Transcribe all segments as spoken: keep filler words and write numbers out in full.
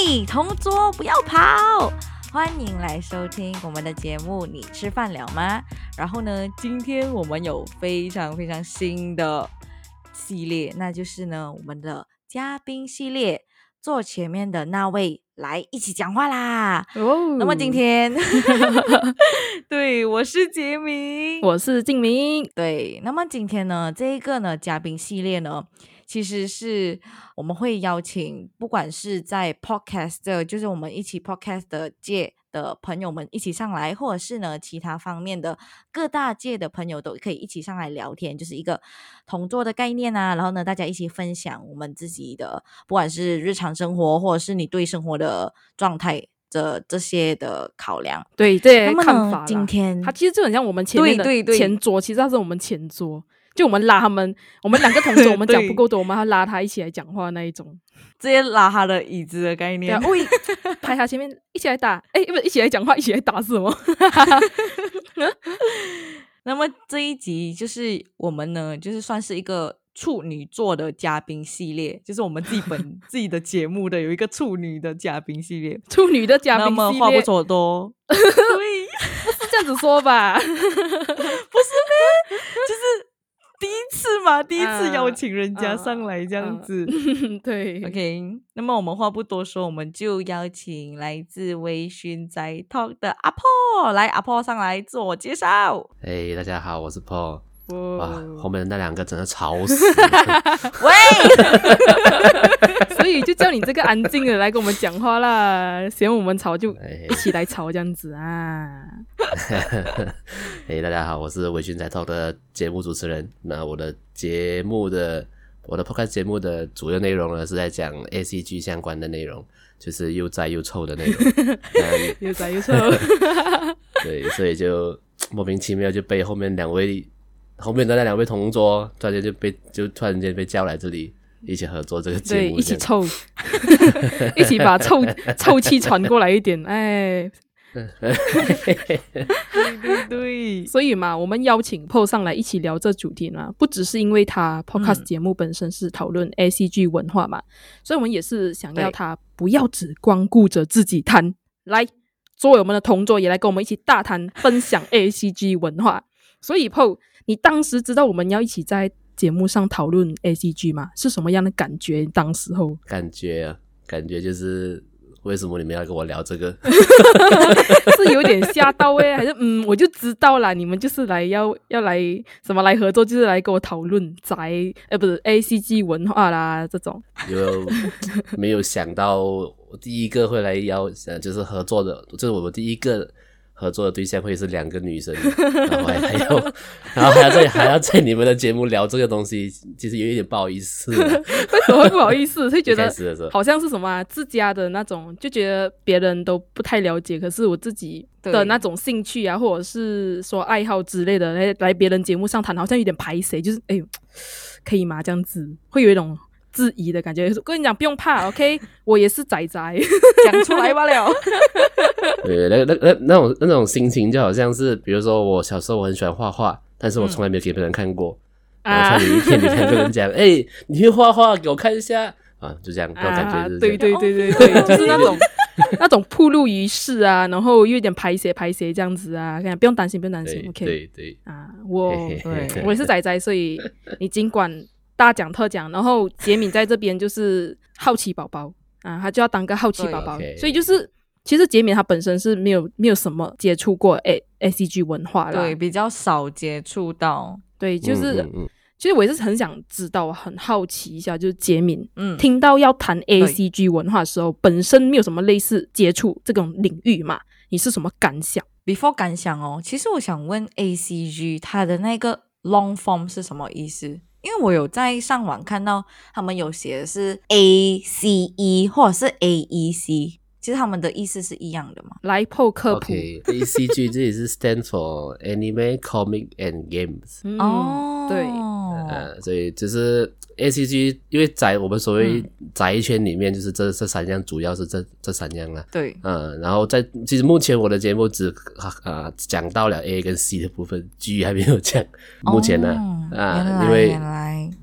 嘿，同桌不要跑！欢迎来收听我们的节目，你吃饭了吗？然后呢，今天我们有非常非常新的系列，那就是呢我们的嘉宾系列，坐前面的那位来一起讲话啦。哦，那么今天对，我是杰明， 我是静明。 对，那么今天呢这一个呢嘉宾系列呢，其实是我们会邀请不管是在 podcast 的就是我们一起 podcast 的界的朋友们一起上来，或者是呢其他方面的各大界的朋友都可以一起上来聊天，就是一个同桌的概念啊。然后呢大家一起分享我们自己的不管是日常生活或者是你对生活的状态这这些的考量， 对这些看法啦。 今天它其实就很像我们前面的对对对前桌，其实它是我们前桌，就我们拉他们，我们两个同桌我们讲不够多，我们要拉他一起来讲话那一种， 直接拉他的椅子的概念。 对啊，喂，拍他前面一起来打，哎，不是一起来讲话，一起来打是什么？ 那么这一集就是我们呢，就是算是一个处女座的嘉宾系列，就是我们自己本自己的节目的有一个处女的嘉宾系列， 处女的嘉宾系列。 那么话不说多，对， 不是这样子说吧？ 不是咩？就是第一次嘛，第一次邀请人家上来这样子， 啊啊、对 ，OK。那么我们话不多说，我们就邀请来自微醺宅 Talk 的阿破，来，阿破上来自我介绍。 嘿、hey, 大家好，我是 Paul。哇，后面那两个真的吵死喂所以就叫你这个安静的来跟我们讲话啦，嫌我们吵就一起来吵这样子啊。 嘿、hey, 大家好，我是微醺宅 Talk 的节目主持人。那我的节目的我的 podcast 节目的主要内容呢，是在讲 A C G 相关的内容，就是又宅又臭的内容又宅又臭对，所以就莫名其妙就被后面两位后面的那两位同桌突然间就被就突然间被叫来这里一起合作这个节目， 对，一起臭一起把臭臭气传过来一点，哎对对对， 所以嘛，我们邀请 Paul 上来一起聊这主题嘛，不只是因为他 podcast 节目本身是讨论 A C G 文化嘛、嗯、所以我们也是想要他不要只光顾着自己谈，来作为我们的同桌也来跟我们一起大谈分享 A C G 文化。所以 Paul， 你当时知道我们要一起在节目上讨论 A C G 吗？是什么样的感觉？当时候感觉啊，感觉就是为什么你们要跟我聊这个是有点吓到欸，还是嗯，我就知道啦，你们就是来要要来什么来合作，就是来跟我讨论宅呃不是 A C G 文化啦这种。 有没有想到我第一个会来邀就是合作的，就是我第一个合作的对象会是两个女生，然后还还要然后还要在还要在你们的节目聊这个东西，其实有一点不好意思为什么会不好意思？会觉得好像是什么、啊、自家的那种，就觉得别人都不太了解，可是我自己的那种兴趣啊，或者是说爱好之类的来来别人节目上谈，好像有点排谁，就是哎呦可以吗这样子，会有一种质疑的感觉。我跟你讲不用怕 OK， 我也是宅宅讲出来罢了对，那那那那种那种心情就好像是比如说我小时候我很喜欢画画，但是我从来没有给别人看过、嗯、然后突然有一天你看个人讲哎、欸，你会画画给我看一下啊，就这样那种感觉就是这样、 啊、对对对对对就是那种那种暴露于世啊，然后又有点排谁排谁这样子啊，不用担心不用担心 OK 对对啊，我对我也是宅宅，所以你尽管大讲特讲，然后杰敏在这边就是好奇宝宝啊，他就要当个好奇宝宝，所以就是其实杰敏他本身是没有没有什么接触过 A A C G 文化啦， 对，比较少接触到， 对，就是、 嗯嗯嗯、 其实我也是很想知道，很好奇一下，就是杰敏、嗯、听到要谈 A C G 文化的时候，本身没有什么类似接触这种领域嘛，你是什么感想 ？Before 感想哦，其实我想问 A C G 它的那个 long form 是什么意思？因为我有在上网看到他们有写的是 A C E 或者是 A E C， 其实他们的意思是一样的嘛？ 来破科普、 okay, A C G 这里是 stand for Anime Comic and Games、 嗯、哦对呃，所以就是 A C G， 因为宅我们所谓宅圈里面就是这这三样，主要是这这三样啦。 对， 嗯，然后在其实目前我的节目只啊讲、呃、到了 A 跟 C 的部分 ，G 还没有讲。目前呢， 哦、 啊， 原来因为原来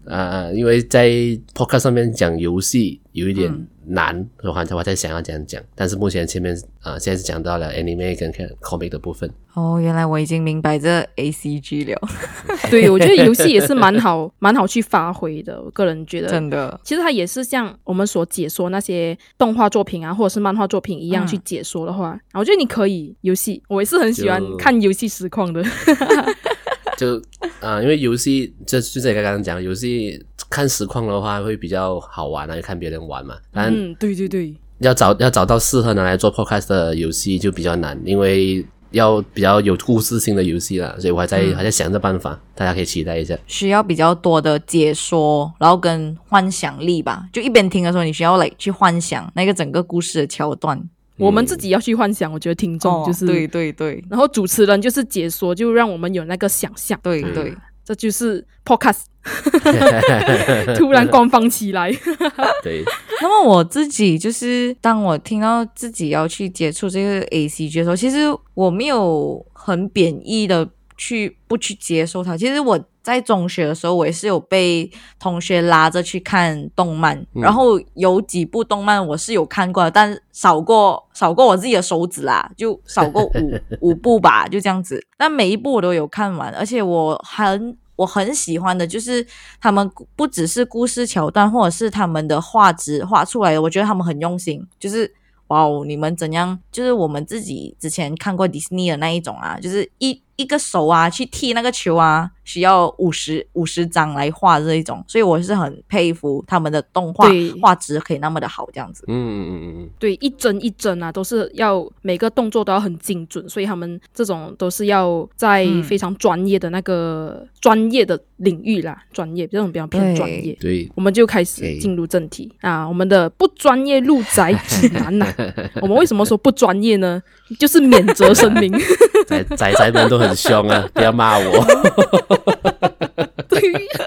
呃，因为在 podcast 上面讲游戏有一点难，嗯、所以我在想要这样讲。但是目前前面呃现在是讲到了 anime 跟 comic 的部分。 哦，原来我已经明白这 A C G 了。 对，我觉得游戏也是蛮好蛮好去发挥的，我个人觉得真的， 其实它也是像我们所解说那些动画作品啊或者是漫画作品一样去解说的话、嗯、我觉得你可以游戏，我也是很喜欢看游戏实况的。 就啊、呃，因为游戏就就这里刚刚讲，游戏看实况的话会比较好玩啊，就看别人玩嘛。但嗯，对对对， 要找要找到适合拿来做 podcast 的游戏就比较难，因为要比较有故事性的游戏啦，所以我还在、嗯、还在想着办法，大家可以期待一下。 需要比较多的解说，然后跟幻想力吧，就一边听的时候，你需要来、like, 去幻想那个整个故事的桥段。 我们自己要去幻想，我觉得听众就是、 哦、对对对， 然后主持人就是解说，就让我们有那个想象。 对对、嗯， 这就是 podcast 突然官方起来。 对。 那么我自己就是当我听到自己要去接触这个 A C G 的时候，其实我没有很贬义的去不去接受它。其实我在中学的时候，我也是有被同学拉着去看动漫、嗯、然后有几部动漫我是有看过的，但少过少过我自己的手指啦，就少过五五部吧，就这样子。但每一部我都有看完，而且我很我很喜欢的就是他们不只是故事桥段，或者是他们的画质画出来的，我觉得他们很用心，就是哇哦，你们怎样，就是我们自己之前看过迪士尼的那一种啊，就是一一个手啊去踢那个球啊，需要五十五十张来画这一种，所以我是很佩服他们的动画画质可以那么的好这样子。 嗯嗯嗯嗯， 对，一帧一帧啊都是要每个动作都要很精准，所以他们这种都是要在非常专业的那个、嗯、专业的领域啦，专业这种比较偏专业。 对， 我们就开始进入正题啊，我们的不专业入宅指南啊。我们为什么说不专业呢？就是免责声明。 宅宅宅们都很凶啊，不要骂我。 对，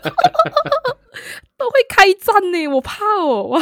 都会开战呢，我怕哦，哇！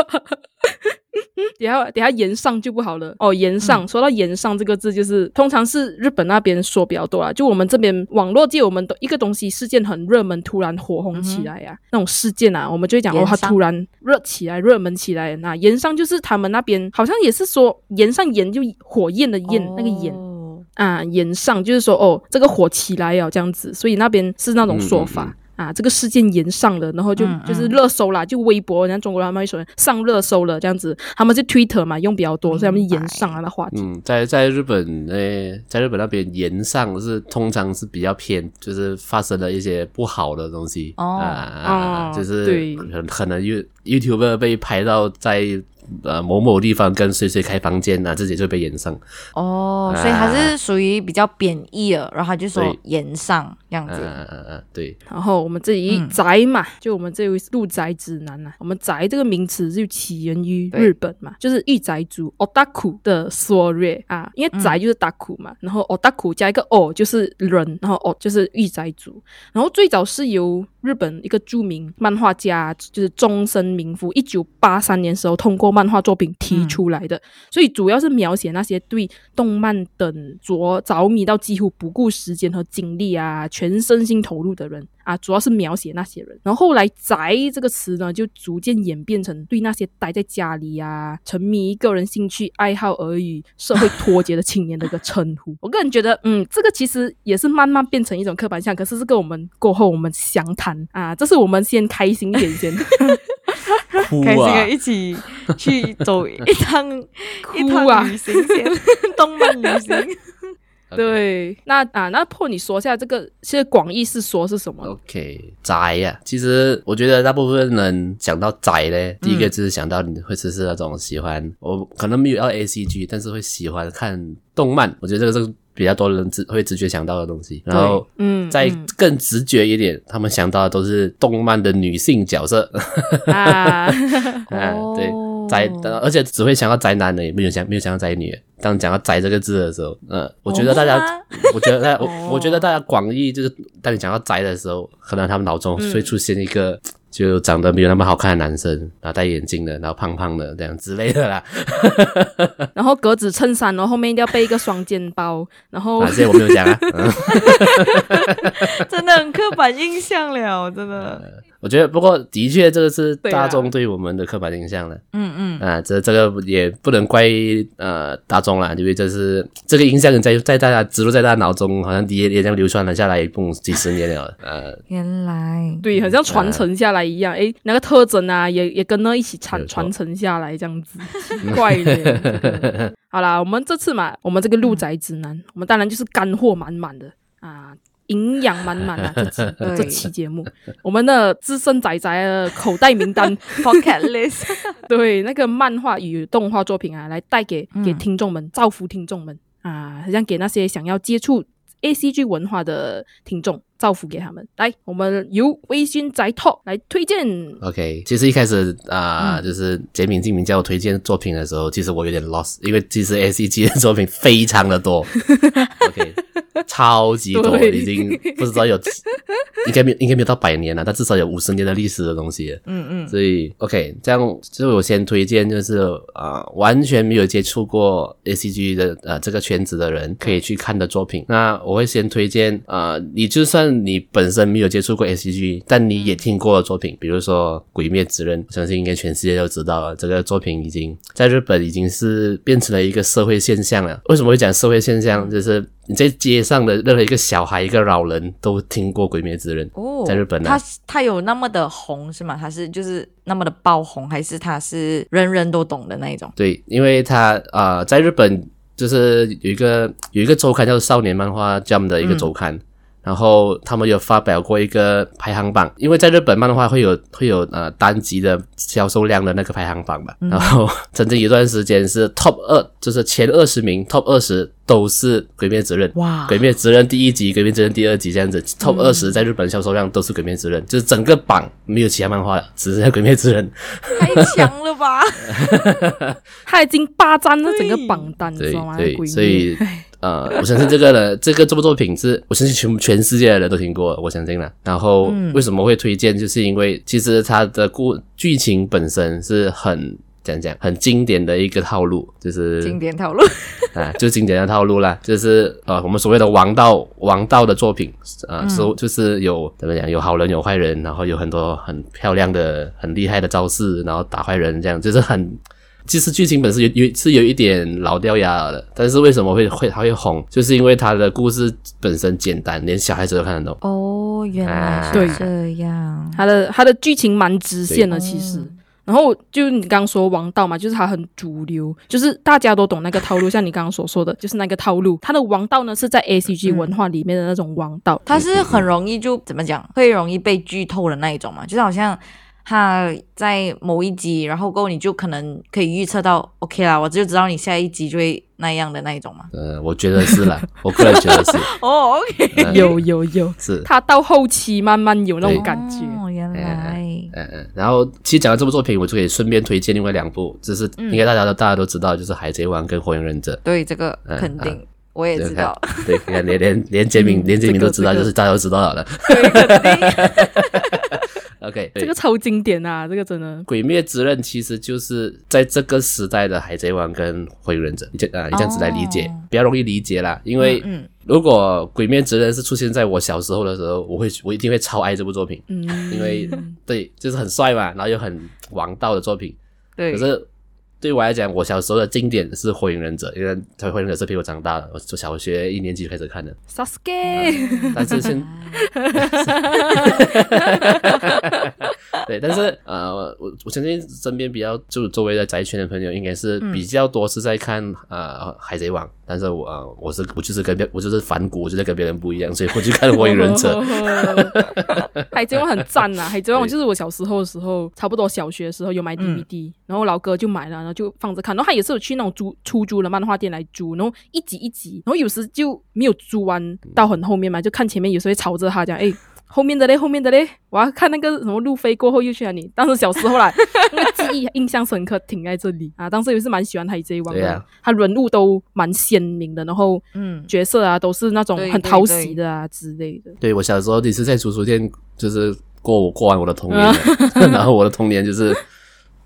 等一下等一下言上就不好了哦，言上、嗯、说到言上这个字，就是通常是日本那边说比较多啦，就我们这边网络界，我们都一个东西事件很热门，突然火红起来啊、嗯、那种事件啊，我们就会讲哦，它突然热起来热门起来。那言上就是他们那边好像也是说言上言就火焰的焰、哦、那个焰啊，言上就是说哦这个火起来了这样子，所以那边是那种说法。嗯嗯啊，这个事件延上了，然后就、嗯嗯、就是热搜啦，就微博，人家中国人他们会说上热搜了这样子，他们是 Twitter 嘛用比较多，所以他们延上啊那话题。 嗯，在在日本诶，在日本那边延上是通常是比较偏，就是发生了一些不好的东西、哦、啊、嗯，就是可可能 YouTuber 被拍到在呃某某地方跟谁谁开房间啊，这些就被延上。 哦，所以它是属于比较贬义了，然后他就说延上这样子。 嗯嗯嗯，对。 然后我们这里宅嘛、嗯、就我们这位入宅指南啊，我们宅这个名词就起源于日本嘛，就是御宅族 otaku 的缩略啊，因为宅就是 daku 嘛、嗯、然后 otaku 加一个 o 就是人，然后 o 就是御宅族。然后最早是由日本一个著名漫画家就是中森明夫一九八三年时候通过漫画作品提出来的、嗯、所以主要是描写那些对动漫等着着迷到几乎不顾时间和精力啊全身心投入的人啊，主要是描写那些人。然后后来宅这个词呢就逐渐演变成对那些待在家里啊沉迷个人兴趣爱好而与社会脱节的青年的一个称呼。我个人觉得嗯，这个其实也是慢慢变成一种刻板印象，可是这个我们过后我们详谈啊，这是我们先开心一点先开心的一起去走一趟一趟旅行先动漫旅行。 对，那啊，那破你说一下这个，现在广义是说是什么 ？OK， 宅呀、啊，其实我觉得大部分人讲到宅嘞，第一个就是想到你会是是那种喜欢，嗯、我可能没有要 A C G， 但是会喜欢看动漫，我觉得这个是比较多人直会直觉想到的东西。然后，嗯，再更直觉一点，嗯、他们想到的都是动漫的女性角色啊，啊对。宅，而且只会想到宅男的，也没有想没有想到宅女。当讲到宅这个字的时候，嗯、呃，我觉得大家，哦、我觉得大家，我我觉得大家广义就是，当你讲到宅的时候，可能他们脑中会出现一个、嗯、就长得没有那么好看的男生，然后戴眼镜的，然后胖胖的这样之类的啦。 然后格子衬衫，然后后面一定要背一个双肩包，然后这些我没有讲啊。 真的很刻板印象了，真的。 我觉得不过的确这个是大众对我们的刻板印象了。 嗯嗯啊，这这个也不能怪呃大众啦，因为这是这个印象在在大家植入在大家脑中，好像也也这样流传了下来，共几十年了。呃， 原来对，很像传承下来一样。诶、呃，那个特征啊，也也跟着一起传传承下来，这样子，奇怪的。这个、好啦，我们这次嘛，我们这个路宅指南，我们当然就是干货满满的啊。营养满满啊！这期这期节目，我们的资深仔仔的口袋名单 pocket list， 对那个漫画与动画作品啊，来带给给听众们，造福听众们啊，好像给那些想要接触 A C G 文化的听众，造福给他们。来，我们由微醺宅 Talk 来推荐。 OK， 其实一开始啊、呃嗯，就是杰明静明叫我推荐作品的时候，其实我有点 lost， 因为其实 A C G 的作品非常的多。OK。超级多，已经不知道有应该没有应该没有到百年了，但至少有五十年的历史的东西了。嗯嗯，所以 OK， 这样就是我先推荐，就是啊、呃，完全没有接触过 A C G 的呃这个圈子的人可以去看的作品。那我会先推荐啊、呃，你就算你本身没有接触过 A C G， 但你也听过的作品，比如说《鬼灭之刃》，我相信应该全世界都知道了，这个作品已经在日本已经是变成了一个社会现象了。为什么会讲社会现象？就是你在街上的任何一个小孩一个老人都听过《鬼灭之刃》哦，在日本呢、 啊，他他有那么的红是吗？他是就是那么的爆红，还是他是人人都懂的那一种？ 对，因为他啊、呃，在日本就是有一个有一个周刊叫做少年漫画 Jump 的一个周刊。嗯，然后他们有发表过一个排行榜，因为在日本漫画会有会有呃单集的销售量的那个排行榜吧、嗯、然后曾经一段时间是 top 二，就是前二十名 top 二十都是鬼灭之刃。哇，鬼灭之刃第一集，鬼灭之刃第二集这样子、嗯、top 二十在日本销售量都是鬼灭之刃，就是整个榜没有其他漫画了，只剩下鬼灭之刃。 太强了吧。 他已经霸占了整个榜单，知道吗？ 对对，所以呃，我相信这个呢，这个这部作品是我相信全全世界的人都听过，我相信啦。然后为什么会推荐，就是因为其实它的故剧情本身是很讲讲很经典的一个套路，就是经典套路啊，就是经典的套路啦，就是呃我们所谓的王道王道的作品啊，呃嗯、就是有怎么讲，有好人有坏人，然后有很多很漂亮的很厉害的招式，然后打坏人这样，就是很。其实剧情本身有有是有一点老掉牙的，但是为什么会会它会红，就是因为它的故事本身简单，连小孩子都看得懂。 哦，原来是这样。 它的它的剧情蛮直线的，其实。然后就你刚刚说王道嘛，就是它很主流，就是大家都懂那个套路，像你刚刚所说的，就是那个套路。它的王道呢是在 A C G 文化里面的那种王道， 它是很容易就怎么讲，会容易被剧透的那一种嘛，就是好像。他在某一集，然后过后你就可能可以预测到 OK 啦，我就知道你下一集就会那样的那一种嘛。 呃，我觉得是啦，我个人觉得是。 哦 ，OK，、呃、 有有有， 是他到后期慢慢有那种感觉。 哦，原来。 嗯嗯。然后其实讲到这部作品，我就可以顺便推荐另外两部，就是应该大家都、嗯、大家都知道，就是《海贼王》跟《火影忍者》。 对，这个肯定。嗯啊我也知道， 对，连连连连杰明、嗯、连杰明都知道，这个、就是大家都知道好了。 对，肯定。 OK， 这个超经典啊，这个真的。 鬼灭之刃其实就是在这个时代的海贼王跟火影忍者，你这啊、呃、你这样子来理解、哦，比较容易理解啦。因为如果鬼灭之刃是出现在我小时候的时候，我会我一定会超爱这部作品，嗯，因为对，就是很帅嘛，然后又很王道的作品。 对， 可是。对我来讲，我小时候的经典是火影忍者，因为火影忍者是陪我长大的，我从小学一年级就开始看的。 Sasuke，、 呃、但是现，对，但是呃，我我相信身边比较就周围的宅圈的朋友，应该是比较多是在看、嗯、呃海贼王，但是我呃我是我就是跟别我就是反骨，我就是跟别人不一样，所以我去看火影忍者。 海贼王很赞啊！海贼王就是我小时候的时候，差不多小学的时候有买 D V D，、嗯、然后老哥就买了。就放着看，然后他也是有去那种租出租的漫画店来租，然后一集一集，然后有时就没有租完到很后面嘛，就看前面有时候会吵着他讲，哎，后面的嘞，后面的嘞，我要看那个什么路飞过后又去哪里？当时小时候啦，那个记忆印象深刻，停在这里啊。当时也是蛮喜欢海贼王的，啊、他人物都蛮鲜明的，然后嗯，角色啊都是那种很讨喜的啊之类的。 对，我小时候也是在租书店，就是过过完我的童年的，然后我的童年就是。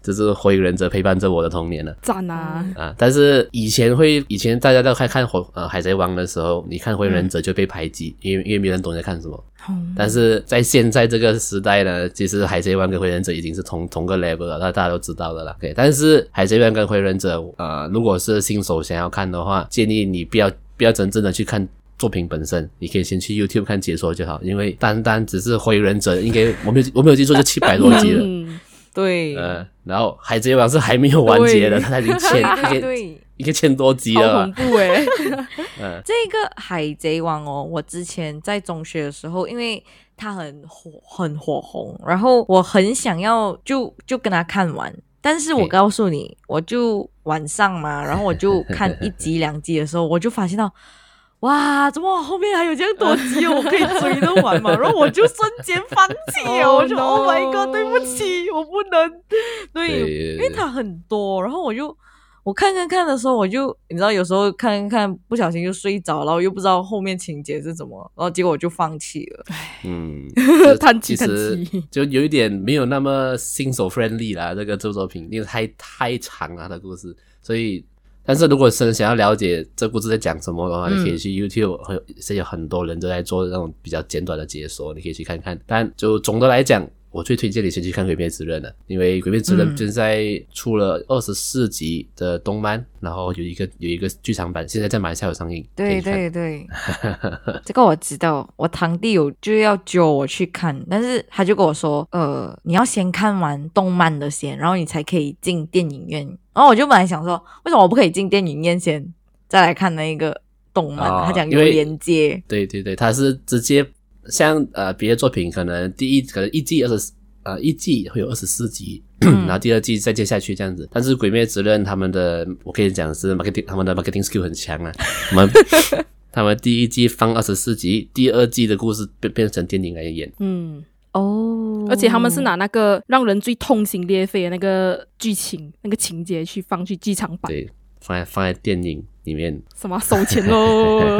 就是火影忍者陪伴着我的童年了。 赞啊！ 啊！但是以前会，以前大家都看看火呃海贼王的时候，你看火影忍者就被排挤，嗯、因为因为没人懂在看什么。嗯、但是在现在这个时代呢，其实海贼王跟火影忍者已经是同同个 level 了，那大家都知道的啦。Okay, 但是海贼王跟火影忍者，呃，如果是新手想要看的话，建议你不要不要真正的去看作品本身，你可以先去 YouTube 看解说就好，因为单单只是火影忍者，应该我没有我没有记错就七百多集了。 嗯对， 呃，然后海贼王是还没有完结的，它已经千对对一个千多集了， 好恐怖诶、欸嗯， 这个海贼王哦，我之前在中学的时候，因为它很火很火红，然后我很想要就就跟他看完，但是我告诉你，我就晚上嘛，然后我就看一集两集的时候，我就发现到。哇，怎么后面还有这样多集哦？我可以追得完吗？然后我就瞬间放弃了， oh, 我就 Oh my God， 对不起，我不能。对， 对因为它很多，然后我就我看看看的时候，我就你知道，有时候看看看不小心就睡着，然后又不知道后面情节是怎么，然后结果我就放弃了。 嗯， 叹气其叹实气， 就有一点没有那么新手 friendly 啦，这个作品因为太太长了它的故事，所以。但是如果真想要了解这故事在讲什么的话，嗯、你可以去 YouTube， 会是有很多人都在做那种比较简短的解说，你可以去看看。但就总的来讲，我最推荐你先去看《鬼灭之刃》了，因为《鬼灭之刃》现在出了二十四集的动漫，嗯、然后有一个有一个剧场版，现在在马来西亚有上映。 对对对，这个我知道，我堂弟有就要揪我去看，但是他就跟我说，呃，你要先看完动漫的先，然后你才可以进电影院。然后我就本来想说，为什么我不可以进电影院先，再来看那个动漫？哦、他讲有连接。 对对对，他是直接像呃别的作品，可能第一可能一季二十呃一季会有二十四集，嗯、然后第二季再接下去这样子。但是《鬼灭之刃》他们的，我可以讲是 marketing， 他们的 marketing skill 很强啊。他们他们第一季放二十四集，第二季的故事变变成电影来演。 嗯。 哦， 而且他们是拿那个让人最痛心裂肺的那个剧情、那个情节去放去剧场版， 对，放在放在电影里面， 什么收钱咯？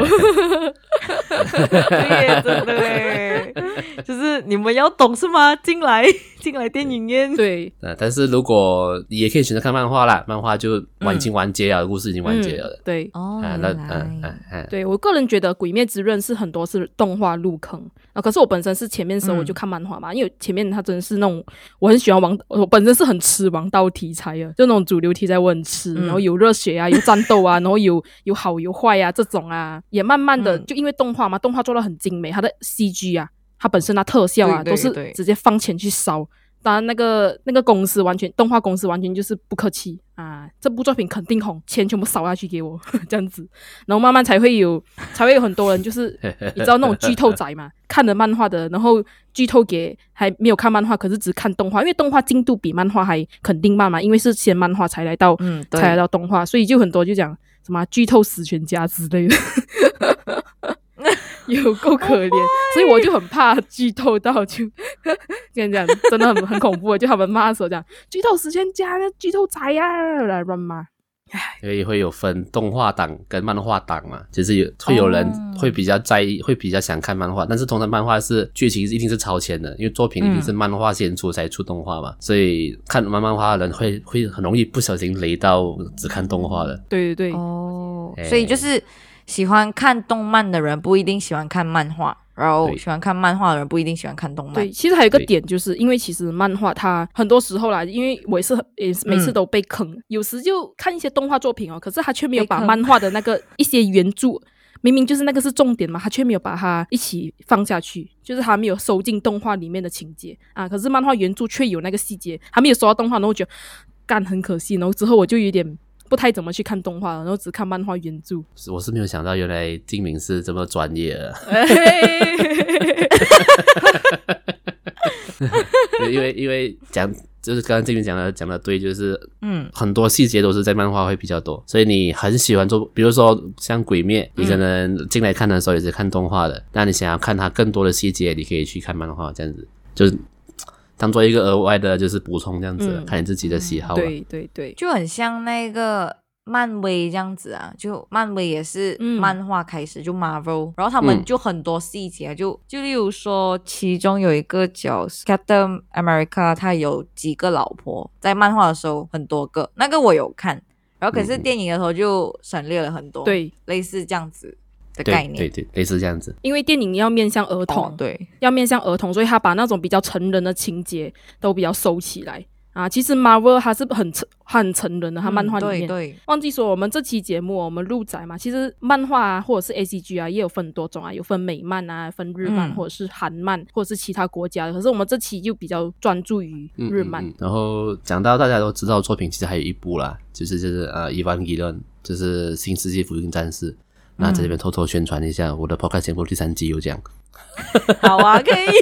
对耶，真的耶，就是你们要懂是吗？进来，进来电影院。 对， 呃，但是如果你也可以选择看漫画啦，漫画就完、嗯、已经完结了，故事已经完结了。 嗯、对， 哦， 啊，那嗯嗯嗯， 对我个人觉得《鬼灭之刃》是很多是动画入坑啊，可是我本身是前面的时候我就看漫画嘛，嗯、因为前面它真的是那种我很喜欢王，我本身是很吃王道题材的，就那种主流题材我很吃，嗯、然后有热血啊，有战斗啊，然后有有好有坏啊这种啊，也慢慢的、嗯、就因为动画嘛，动画做得很精美，它的 C G 啊，它本身它特效啊对对对都是直接放钱去烧。当然那个那个公司完全动画公司完全就是不客气啊，这部作品肯定红，钱全部扫下去给我这样子，然后慢慢才会有才会有很多人就是你知道那种剧透仔嘛，看了漫画的，然后剧透给还没有看漫画，可是只看动画，因为动画进度比漫画还肯定慢嘛，因为是先漫画才来到、嗯、才来到动画，所以就很多就讲什么剧透死全家之类的。有够可怜，所以我就很怕剧透到就跟你讲真的很很恐怖的，就他们骂的时候讲剧透十千加剧透仔啊来乱骂。 因为会有分动画党跟漫画党嘛，就是有会有人会比较在意、oh. 会比较想看漫画，但是通常漫画是剧情一定是超前的，因为作品一定是漫画先出才出动画嘛、嗯、所以看漫漫画的人会会很容易不小心雷到只看动画的。 对对对哦、oh, 所以就是喜欢看动漫的人不一定喜欢看漫画，然后喜欢看漫画的人不一定喜欢看动漫。 对，其实还有一个点就是因为其实漫画它很多时候啦，因为我也是也是每次都被坑、嗯、有时就看一些动画作品哦，可是他却没有把漫画的那个一些原著明明就是那个是重点嘛，他却没有把它一起放下去，就是他没有收进动画里面的情节啊，可是漫画原著却有那个细节，他没有收到动画，然后我觉得干很可惜，然后之后我就有点不太怎么去看动画了，然后只看漫画原著。 我是没有想到原来精明是这么专业的。因为因为讲就是刚刚精明讲的讲的对，就是嗯，很多细节都是在漫画会比较多，所以你很喜欢做，比如说像鬼灭，你可能进来看的时候也是看动画的，那、嗯、你想要看它更多的细节，你可以去看漫画，这样子就是当做一个额外的就是补充这样子、嗯、看你自己的喜好、啊嗯、对对对， 就很像那个漫威这样子啊，就漫威也是嗯漫画开始、就 Marvel， 然后他们嗯就很多细节，就就例如说其中有一个叫 Captain America， 他有几个老婆，在漫画的时候很多个，那个我有看，然后可是电影的时候就省略了很多， 对， 类似这样子的对概念， 对对，类似这样子。 因为电影要面向儿童， 哦、对， 要面向儿童，所以他把那种比较成人的情节都比较收起来啊。其实 Marvel 它是很成很成人的，它漫画里面、 嗯、对对， 忘记说我们这期节目我们录载嘛，其实漫画啊或者是 A C G 啊也有分很多种啊，有分美漫啊，分日漫、 嗯、 或者是韩漫或者是其他国家的，可是我们这期就比较专注于日漫。 嗯嗯嗯、然后讲到大家都知道的作品，其实还有一部啦，就是就是呃 Evangelion， 就是新世纪福音战士。那在这边偷偷宣传一下，我的 podcast 节目第三集有讲。 好啊，可以。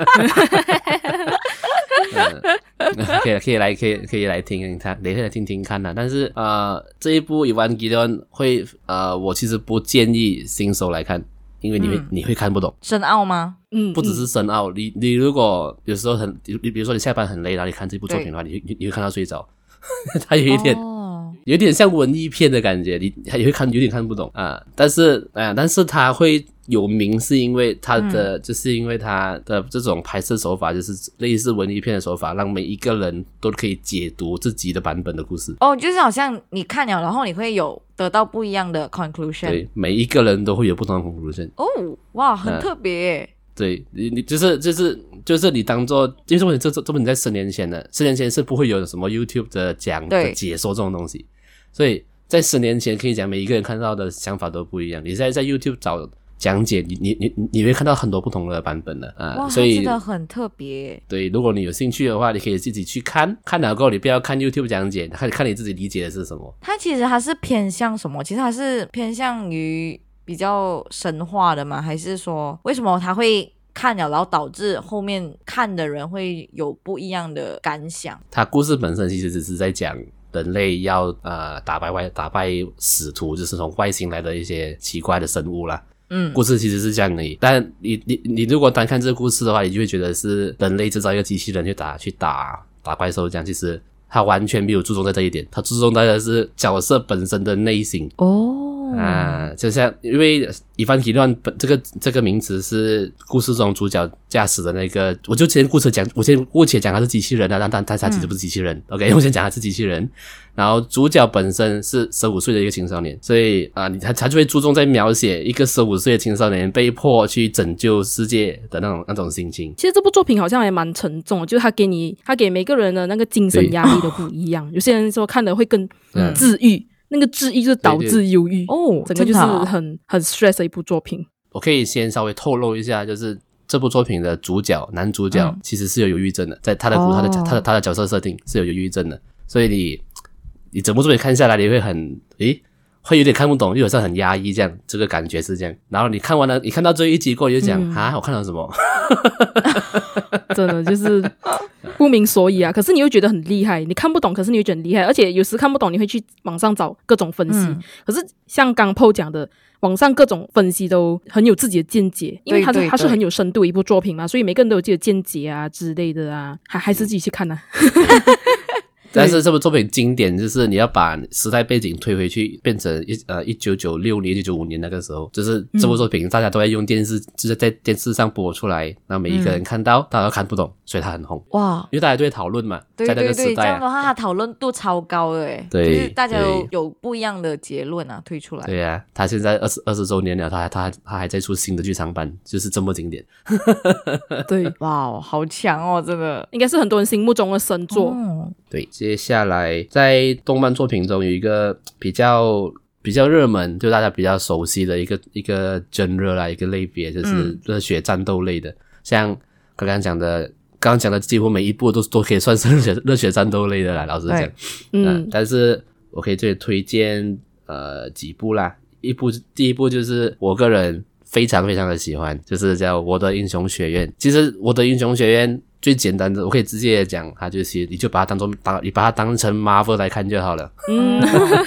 嗯、可以可以来可以可以来听听看，等一下来听听看啦。但是呃，这一部 Evangelion 会呃，我其实不建议新手来看，因为你会、嗯、你会看不懂。 深奥吗？ 嗯， 不只是深奥，你你如果有时候很，你比如说你下班很累，然后你看这部作品的话，你你你会看到睡着，它有一点。哦有点像文艺片的感觉，你也会看有点看不懂啊。但是啊，但是它会有名，是因为它的、嗯、就是因为它的这种拍摄手法，就是类似文艺片的手法，让每一个人都可以解读自己的版本的故事。 哦，就是好像你看了，然后你会有得到不一样的 conclusion。 对，每一个人都会有不同的 conclusion。 哦，哇，很特别耶。 啊对你，你就是就是就是你当做，因为这部这这这部你在十年前的，十年前是不会有什么 YouTube 的讲的解说这种东西，所以在十年前可以讲每一个人看到的想法都不一样。你现在在 YouTube 找讲解，你你你你会看到很多不同的版本的啊， 哇， 所以真的很特别。 对，如果你有兴趣的话，你可以自己去看，看了过后你不要看 YouTube 讲解，看看你自己理解的是什么。 它其实还是偏向什么？其实还是偏向于比较神话的吗？还是说为什么它会看了然后导致后面看的人会有不一样的感想？ 它故事本身其实只是在讲人类要呃打败外打败使徒，就是从外星来的一些奇怪的生物啦。嗯，故事其实是这样而已。但你你你如果单看这个故事的话，你就会觉得是人类制造一个机器人去打去打打怪兽这样。其实他完全没有注重在这一点，他注重在的是角色本身的内心。 哦。 啊，就像因为Evangelion这个这个名词是故事中主角驾驶的那个，我就先姑且讲，我先姑且讲他是机器人啊，但但但他其实不是机器人。嗯、OK， 我先讲他是机器人，然后主角本身是十五岁的一个青少年，所以啊，他他就会注重在描写一个十五岁的青少年被迫去拯救世界的那种那种心情。 其实这部作品好像还蛮沉重的，就是他给你他给每个人的那个精神压力都不一样。有些人说看了会更治愈。嗯那个治愈就导致忧郁哦，整个就是很很 stress 的一部作品。 我可以先稍微透露一下，就是这部作品的主角男主角、嗯、其实是有忧郁症的，在他的、哦、他的他的他的角色设定是有忧郁症的，所以你你整部作品看下来，你会很诶会有点看不懂，又好像很压抑这样，这个感觉是这样。然后你看完了，你看到最后一集过后，你就讲啊、嗯，我看到什么？ 真的就是不明所以啊。可是你又觉得很厉害，你看不懂，可是你又觉得很厉害，而且有时看不懂，你会去网上找各种分析。嗯、可是像刚 Po 讲的，网上各种分析都很有自己的见解，因为它是它是很有深度的一部作品嘛，所以每个人都有自己的见解啊之类的啊，还还是自己去看啊。 但是这部作品经典就是你要把时代背景推回去，变成一呃一九九六年、一九九五年那个时候，就是这部作品大家都在用电视，就是在电视上播出来，那每一个人看到，嗯、大家都看不懂，所以它很红。哇！因为大家都会讨论嘛， 对对对， 在那个时代、啊， 这样的话，它讨论度超高的诶， 对， 就是大家都有不一样的结论啊，推出来。 对啊，他现在二十二十周年了，他他他还在出新的剧场版，就是这么经典。 对， 哇，好强哦，真的， 应该是很多人心目中的神作。 哦、 对，接下来在动漫作品中有一个比较比较热门，就大家比较熟悉的一个一个 genre 啦，一个类别，就是热血战斗类的。嗯、像刚刚讲的，刚刚讲的几乎每一部都都可以算是热血热血战斗类的啦。老实讲，嗯、呃，但是我可以这里推荐呃几部啦。一部第一部就是我个人非常非常的喜欢，就是叫《我的英雄学院》。其实《我的英雄学院》最简单的，我可以直接讲，它就是你就把它当做当你把它当成 Marvel 来看就好了。 嗯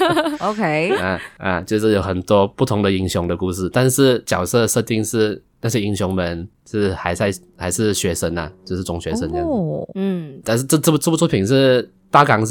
，OK， 啊啊，就是有很多不同的英雄的故事，但是角色设定是那些英雄们是还在还是学生啊，就是中学生这样子。哦，嗯，但是这这部这部作品是大纲是这样，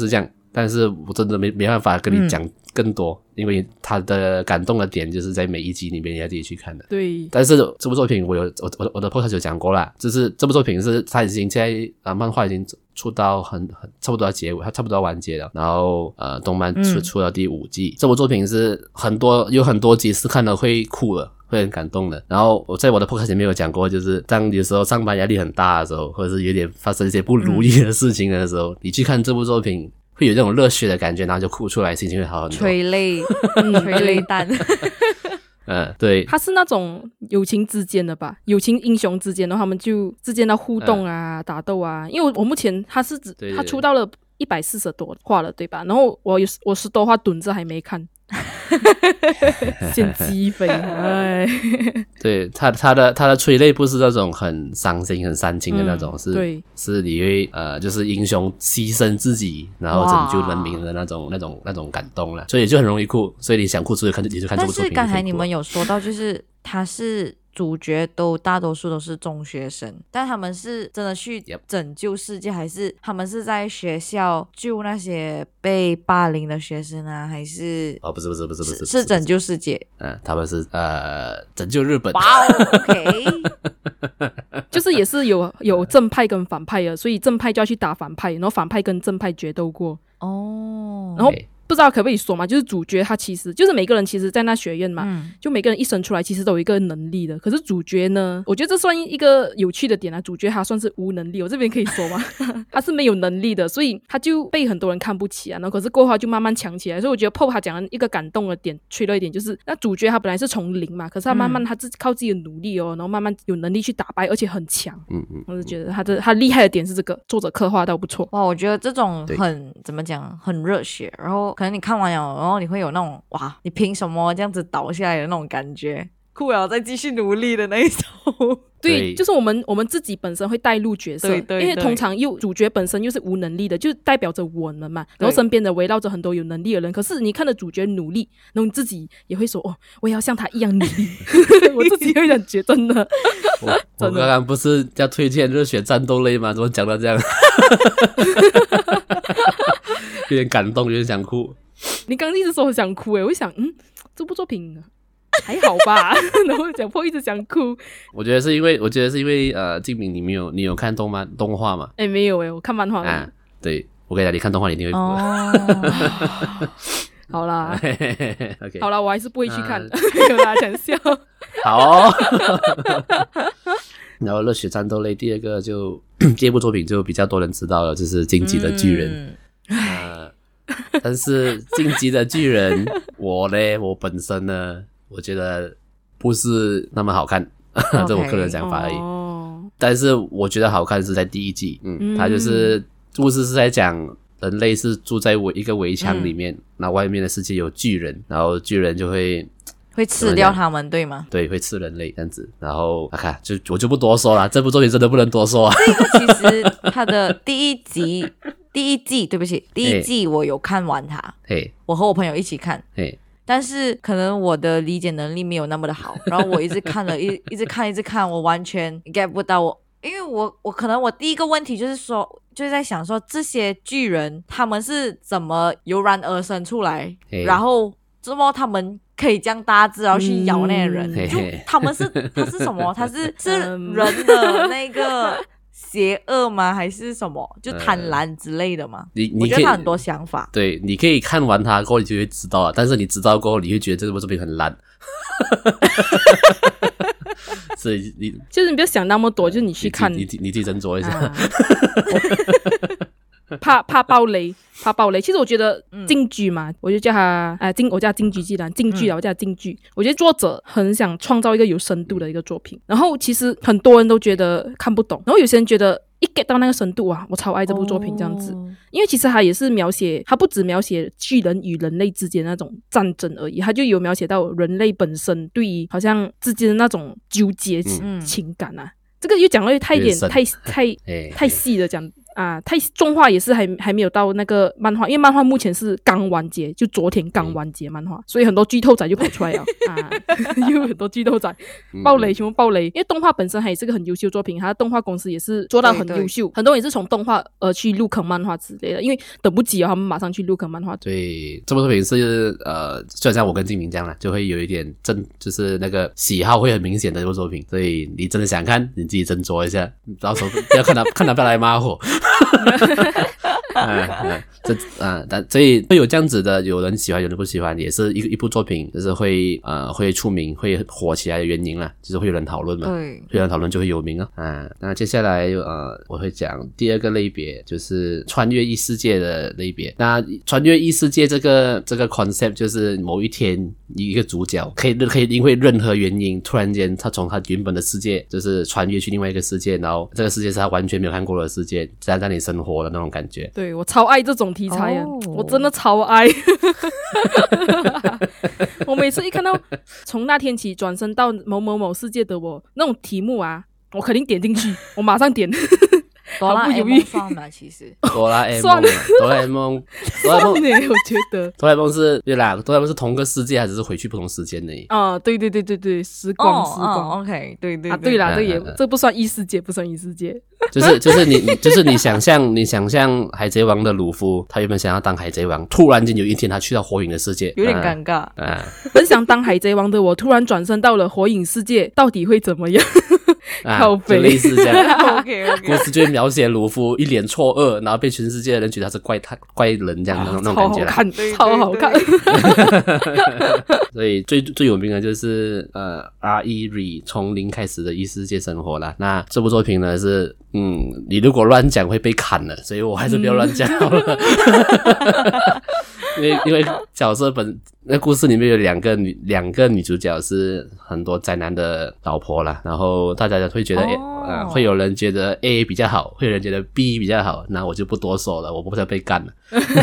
但是我真的没没办法跟你讲更多、嗯、因为他的感动的点就是在每一集里面你要自己去看的。 对，但是这部作品我有我我我的 podcast 有讲过啦，就是这部作品是他已经在啊漫画已经出到很很差不多要结尾，它差不多要完结了，然后呃动漫出、嗯、出了第五季。这部作品是很多有很多集是看了会哭了，会很感动的。然后我在我的 podcast 里面有讲过，就是当有时候上班压力很大的时候，或者是有点发生一些不如意的事情的时候、嗯、你去看这部作品会有这种热血的感觉，然后就哭出来，心情会好很多， 催泪催泪弹嗯，对， 他是那种友情之间的吧，友情英雄之间的，他们就之间的互动啊、嗯、打斗啊。因为我目前他是指他出到了一百四十多话了，对吧？然后我有我十多话蹲着还没看。先鸡飞，哎， 对他他的他的催泪不是那种很伤心很煽情的那种、嗯、是对是你会呃就是英雄牺牲自己然后拯救人民的那种那种那种感动啦，所以就很容易哭，所以你想哭就看你就看这部作品。 但是刚才你们有说到就是他是主角都大多数都是中学生，但他们是真的去拯救世界、yep. 还是他们是在学校救那些被霸凌的学生啊？还是哦不是不是不是不是是, 是拯救世界？ 嗯，他们是呃拯救日本。 哇、wow, OK 就是也是有有正派跟反派的，所以正派就要去打反派，然后反派跟正派决斗过哦， 然后不知道可不可以说嘛，就是主角他其实就是每个人其实在那学院嘛、嗯、就每个人一生出来其实都有一个能力的，可是主角呢我觉得这算一个有趣的点啊，主角他算是无能力，我这边可以说吗他是没有能力的，所以他就被很多人看不起啊，然后可是过后他就慢慢强起来。所以我觉得 Pop 他讲的一个感动的点吹了一点，就是那主角他本来是从零嘛，可是他慢慢他自靠自己的努力哦，然后慢慢有能力去打败，而且很强。嗯嗯，我就觉得他的他厉害的点是这个，作者刻画到不错。 哇，我觉得这种很怎么讲很热血，然后可能你看完了然后你会有那种哇你凭什么这样子倒下来的那种感觉，酷了再继续努力的那一种。 对，对就是我们我们自己本身会带入角色， 对对对， 因为通常又主角本身又是无能力的，就代表着我们嘛，然后身边的围绕着很多有能力的人，可是你看着主角努力，然后你自己也会说哦我也要像他一样努力我自己会感觉真的我我刚刚不是要推荐热血战斗类吗？怎么讲到这样有点感动有点想哭。 你刚刚一直说我想哭诶，我想嗯这部作品还好吧然后讲破一直想哭。 我觉得是因为我觉得是因为呃静明你没有你有看动漫动画吗？ 诶没有诶，我看漫画了、啊、 对我跟你讲你看动画你一定会哭、 哦、好啦okay. 好啦我还是不会去看的、呃、没有啦讲笑好哦然后热血战斗类第二个就这部作品就比较多人知道了，就是进击的巨人、嗯呃但是进击的巨人我呢我本身呢我觉得不是那么好看这是我个人想法而已、oh. 但是我觉得好看是在第一季。嗯，它就是故事是在讲人类是住在一个围墙里面、嗯、那外面的世界有巨人，然后巨人就会会吃掉他们对吗？ 对，会吃人类这样子。然后啊看就我就不多说了，这部作品真的不能多说啊。 这个其实它的第一集第一季对不起第一季我有看完它， 嘿， 我和我朋友一起看， 嘿， 但是可能我的理解能力没有那么的好，然后我一直看了一一直看一直看，我完全 get 不到我，因为我我可能我第一个问题就是说就是在想说这些巨人他们是怎么油然而生出来，然后怎么他们可以这样大只然后去咬那个人、嗯、就他们是他是什么他是是人的那个邪恶吗还是什么就贪婪之类的吗、呃、你你我觉得他很多想法。 对，你可以看完它过后你就会知道了，但是你知道过后你会觉得这部作品很烂所以你就是你不要想那么多、呃、就是你去看你你你自己斟酌一下、啊、 怕怕爆雷怕爆雷。其实我觉得进剧嘛、嗯、我就叫他呃进我叫进剧既然进剧啊、嗯、我叫进剧。我觉得作者很想创造一个有深度的一个作品，然后其实很多人都觉得看不懂，然后有些人觉得一 get 到那个深度啊，我超爱这部作品这样子、哦、因为其实它也是描写，它不只描写巨人与人类之间那种战争而已，它就有描写到人类本身对于好像之间的那种纠结情感啊、嗯、这个又讲了太点太太太细了讲啊，太动画也是还还没有到那个漫画，因为漫画目前是刚完结，就昨天刚完结漫画，所以很多剧透仔就跑出来了啊，有很多剧透仔爆雷，全部爆雷。因为动画本身还是个很优秀作品，它的动画公司也是做到很优秀，很多人也是从动画呃去入坑漫画之类的，因为等不及哦，他们马上去入坑漫画。 对，这部作品是呃，就像我跟静明这样啦，就会有一点正，就是那个喜好会很明显的这部作品，所以你真的想看，你自己斟酌一下，到时候不要看他看他不要来骂我。嗯嗯，这啊，但所以会有这样子的，有人喜欢，有人不喜欢，也是一一部作品，就是会呃会出名、会火起来的原因啦，就是会有人讨论嘛， 对， 会有人讨论就会有名啊。啊，那接下来呃我会讲第二个类别，就是穿越异世界的类别。那穿越异世界这个这个 concept 就是某一天一个主角可以可以因为任何原因，突然间他从他原本的世界就是穿越去另外一个世界，然后这个世界是他完全没有看过的世界，在那里生活的那种感觉。 对，我超爱这种题材的， 哦、 我真的超爱。我每次一看到从那天起转身到某某某世界的我那种题目啊，我肯定点进去，我马上点。 哆啦 A 梦算吗？其实哆啦 A 梦， 算了， 哆啦 A 梦，哆啦 A 梦， 我觉得哆啦 A 梦是对啦，哆啦 A 梦是同个世界，还只是回去不同时间而已。 啊，对对对对对，时光、 哦、 时光、 哦、，OK， 对对啊，对啦， 嗯这也、 嗯、 这不算异世界，不算异世界。 就是就是你就是你想象你想象海贼王的鲁夫，他原本想要当海贼王，突然间有一天他去到火影的世界， 有点尴尬。 啊，啊本想当海贼王的我，突然转身到了火影世界，到底会怎么样？ 啊， 靠北就类似这样。 OK OK， 故事就会描写鲁夫一脸错愕，然后被全世界的人觉得他是怪他怪人这样、啊、那种那种感觉啦。 超好看，超好看。 所以最最有名的就是呃 R E R 从零开始的异世界生活啦。那这部作品呢是嗯，你如果乱讲会被砍的，所以我还是不要乱讲好了。因为因为角色本那故事里面有两个女两个女主角是很多宅男的老婆啦，然后大家会觉得、 哦呃会有人觉得 A 比较好，会有人觉得 B 比较好，那我就不多说了，我不想被干了。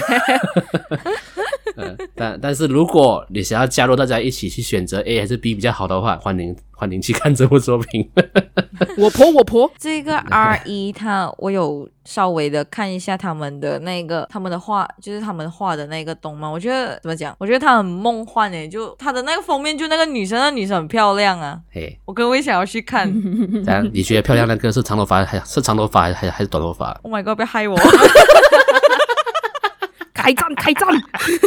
呃、但但是如果你想要加入大家一起去选择 A 还是 B 比较好的话，欢迎欢迎去看这部作品。 我婆我婆这个 R 一 他我有稍微的看一下他们的那个他们的画，就是他们画的那个动漫，我觉得怎么讲，我觉得他很梦幻诶，就他的那个封面就那个女生，那女生很漂亮啊， 嘿， 我跟我想要去看。 这样你觉得漂亮那个是长头发还是长头发还是还是短头发 Oh my god， 不要害我。 开战开战。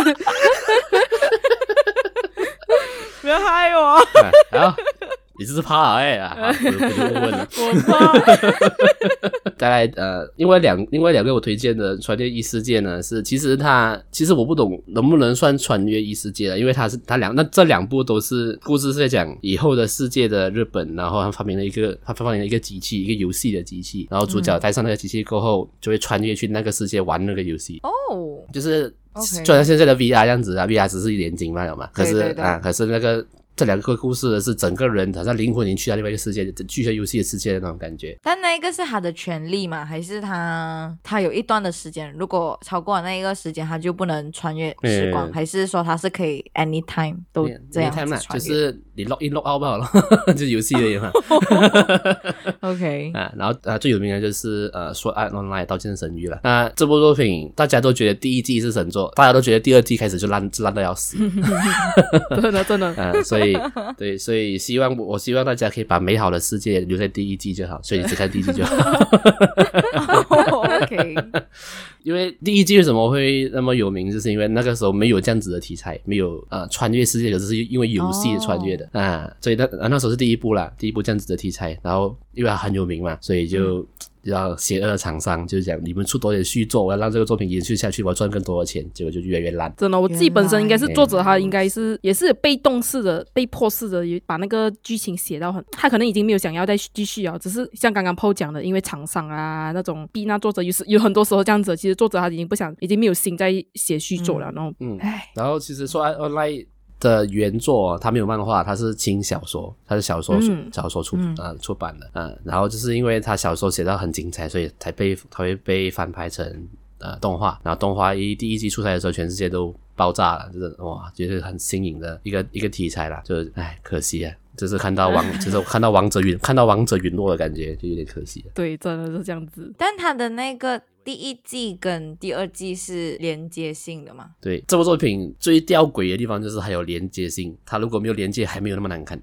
不要害我。 啊好，你这是怕哎、欸、啊，不不就问了。 我怕。 再来呃，另外两另外两个我推荐的穿越异世界呢，是其实它其实我不懂能不能算穿越异世界了，因为它是它两那这两部都是故事是在讲以后的世界的日本，然后他发明了一个他发明了一个机器，一个游戏的机器，然后主角带上那个机器过后，就会穿越去那个世界玩那个游戏。 哦， 就是 ，okay， 就像现在的 V R 这样子啊 ，V R 只是眼睛嘛，有嘛？可是对对对啊，可是那个这两个故事的是整个人好像灵魂已经去到另外一个世界，去到游戏的世界的那种感觉。 但那个是他的权利吗？还是他他有一段的时间，如果超过了那一个时间，他就不能穿越时光？ 嗯还是说他是可以 anytime 都这样子 anytime 啦， 穿越？ 就是你 log in log out 罢了，就是游戏而已嘛。 OK， 啊，然后啊，最有名的就是呃，Sword Art Online 刀剑神域了。那这部作品大家都觉得第一季是神作，大家都觉得第二季开始就烂烂到要死。 真的真的。 啊，所以对，所以希望我希望大家可以把美好的世界留在第一季就好，所以你只看第一季就好。 OK， 因为第一季为什么会那么有名，就是因为那个时候没有这样子的题材，没有呃穿越世界，可是是因为游戏穿越的、oh. 啊，所以那那时候是第一部啦，第一部这样子的题材，然后因为它很有名嘛，所以就。嗯要邪恶厂商就是讲你们出多点续作，我要让这个作品延续下去，我要赚更多的钱，结果就越来越烂。 真的，我自己本身应该是作者，他应该是也是被动式的、被迫式的，把那个剧情写到很，他可能已经没有想要再继续啊，只是像刚刚 Paul 讲的，因为厂商啊那种逼那作者，有时有很多时候这样子，其实作者他已经不想，已经没有心在写续作了，嗯、然后嗯，然后其实说 online。的原作它没有漫画，它是轻小说，它是小说、嗯、小说出、嗯呃、出版的、呃、然后就是因为它小说写到很精彩，所以才被它会被翻拍成呃动画，然后动画一第一季出来的时候，全世界都爆炸了，就是哇，就是很新颖的一个一个题材啦，就是唉，可惜啊。就是看到王，就是看到王者陨，看到王者陨落的感觉，就有点可惜了。 对，真的是这样子。 但他的那个第一季跟第二季是连接性的嘛？ 对，这部作品最吊诡的地方就是还有连接性，它如果没有连接还没有那么难看。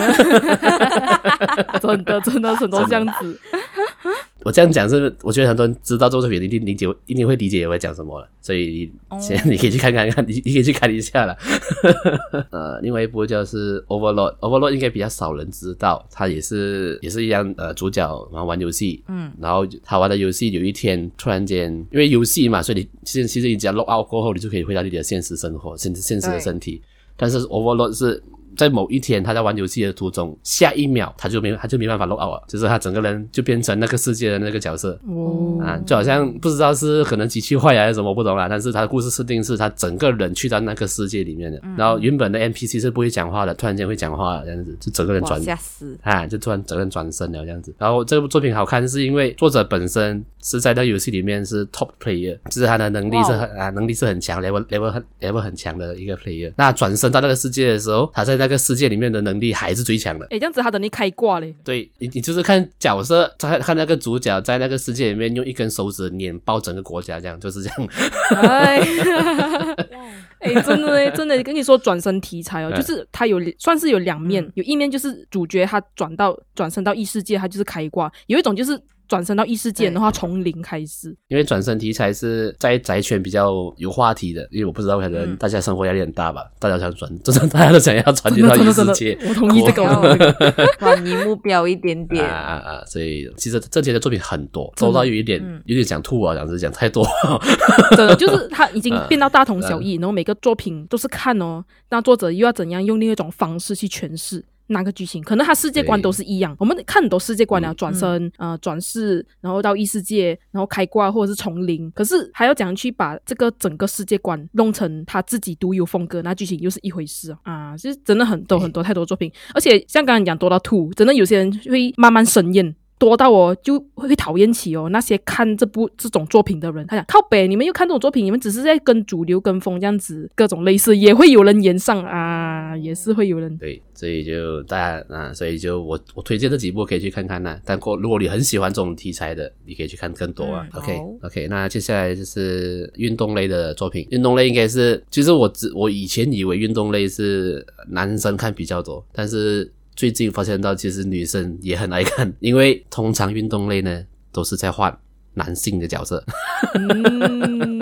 真的真的很多这样子。 我这样讲是我觉得很多人知道这部作品一定理解一定会理解我在讲什么了，所以现在你可以去看看看，你你可以去看一下啦。呃，另外一部叫是 Overlord， Overlord 应该比较少人知道，他也是也是一样，呃，主角然后玩游戏，嗯，然后他玩的游戏有一天突然间，因为游戏嘛，所以你其实其实你只要 log out 过后，你就可以回到你的现实生活，现现实的身体，但是 Overlord 是在某一天他在玩游戏的途中，下一秒他就没他就没办法 log out 了，就是他整个人就变成那个世界的那个角色，哦，啊，就好像不知道是可能机器坏还是什么我不懂啦，但是他的故事设定是他整个人去到那个世界里面的，嗯，然后原本的 N P C 是不会讲话的，突然间会讲话了这样子，就整个人转吓死啊，就突然整个人转身了这样子。然后这部作品好看是因为作者本身是在那个游戏里面是 top player， 就是他的能力是很啊能力是很强 level level 很 level 很强的一个 player。那转身到那个世界的时候，他在那个世界里面的能力还是最强的。 诶，这样子他等于开挂嘞。 对，你你就是看角色，看那个主角在那个世界里面用一根手指碾爆整个国家，这样就是这样。 哎，哎，真的嘞，真的跟你说转身题材哦，就是他有算是有两面，有一面就是主角他转到转身到异世界，他就是开挂；有一种就是转身到异世界，然后从零开始。 因为转身题材是在宅圈比较有话题的，因为我不知道可能大家生活压力很大吧，嗯，大家想转，真的大家都想要转移到异世界。 我同意这个， 转移目标一点点啊啊啊！所以其实这些的作品很多，多到有一点，嗯，有点讲吐啊，讲是讲太多。 真的就是他已经变到大同小异，然后每个作品都是看哦，那作者又要怎样用另一种方式去诠释那个剧情，可能他世界观都是一样，我们看很多世界观啊，转身、嗯、呃转世，然后到异世界，然后开挂或者是从零，可是还要怎样去把这个整个世界观弄成他自己独有风格，那剧情又是一回事啊，就是真的很多很多太多作品，而且像刚才讲多到吐，真的有些人会慢慢生厌。多到我就会讨厌起哦，那些看这部这种作品的人，他讲靠北，你们又看这种作品，你们只是在跟主流跟风这样子，各种类似也会有人延上啊，也是会有人。 对，所以就大家啊，所以就我我推荐这几部可以去看看啦。但如果你很喜欢这种题材的，你可以去看更多啊。嗯、OK OK， 那接下来就是运动类的作品，运动类应该是，其实我只我以前以为运动类是男生看比较多，但是最近发现到其实女生也很爱看，因为通常运动类呢都是在换男性的角色。嗯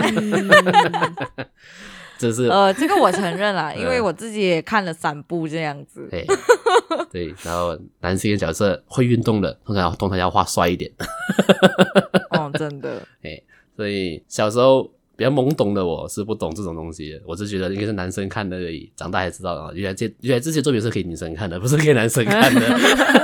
这是呃，这个我承认啦，因为我自己也看了三部这样子。 对对，然后男性的角色会运动的，通常通常要画帅一点。 哦，真的。 哎，所以小时候比较懵懂的我是不懂这种东西的，我是觉得应该是男生看的而已，长大才知道啊，原来这原来这些作品是给女生看的，不是给男生看的。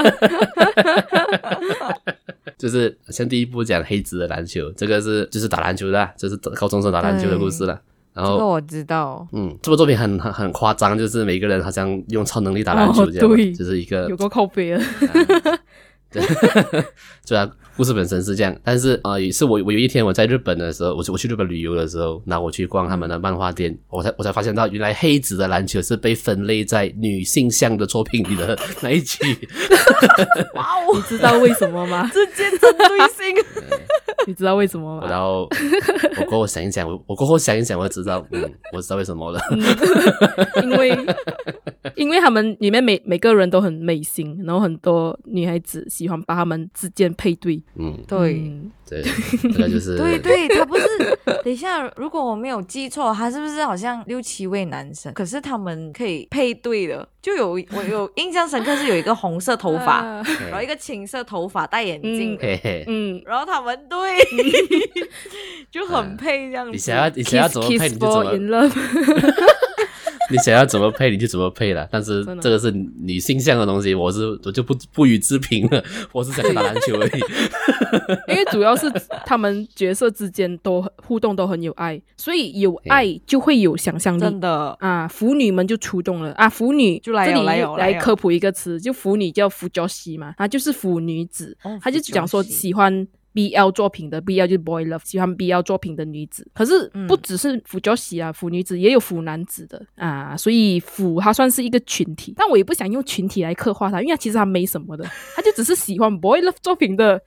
就是像第一部讲黑子的篮球，这个是就是打篮球的，这是高中生打篮球的故事了。然后这个我知道， 嗯，这部作品很很很夸张，就是每个人好像用超能力打篮球这样， 哦、对， 就是一个有个靠背了。 啊对，对啊，故事本身是这样，但是呃，也是我我有一天我在日本的时候，我我去日本旅游的时候，然后我去逛他们的漫画店，我才我才发现到，原来黑子的篮球是被分类在女性向的作品里的那一期。 哇哦！你知道为什么吗？ 直接针对性。 你知道为什么吗？ 然后我过后想一想，我我过后想一想，我就知道，嗯，我知道为什么了。嗯、 因为因为他们里面每每个人都很美型，然后很多女孩子喜欢把他们之间配对。 嗯， 对， 嗯、 对，这个就是对对，他不是。等一下，如果我没有记错，他是不是好像六七位男生？可是他们可以配对的，就有我有印象深刻是有一个红色头发，然后一个青色头发戴眼镜的， 嗯， 嗯，然后他们对就很配这样子。 你想要你想要怎么配你就怎么。你想要怎么配你就怎么配啦，但是这个是女性向的东西，我是我就不不予置评了，我是想打篮球而已。 因为主要是他们角色之间都互动都很有爱，所以有爱就会有想象力， 真的啊！ 腐女们就出动了啊！腐女就来有来有来科普一个词，就腐女叫腐女系嘛，啊就是腐女子，哦、她就讲说喜欢B L 作品的 B L 就是 boy love， 喜欢 B L 作品的女子，可是不只是腐女系啊，腐女子也有腐男子的啊，所以腐它算是一个群体，但我也不想用群体来刻画它，因为它其实它没什么的，它就只是喜欢 boy love 作品的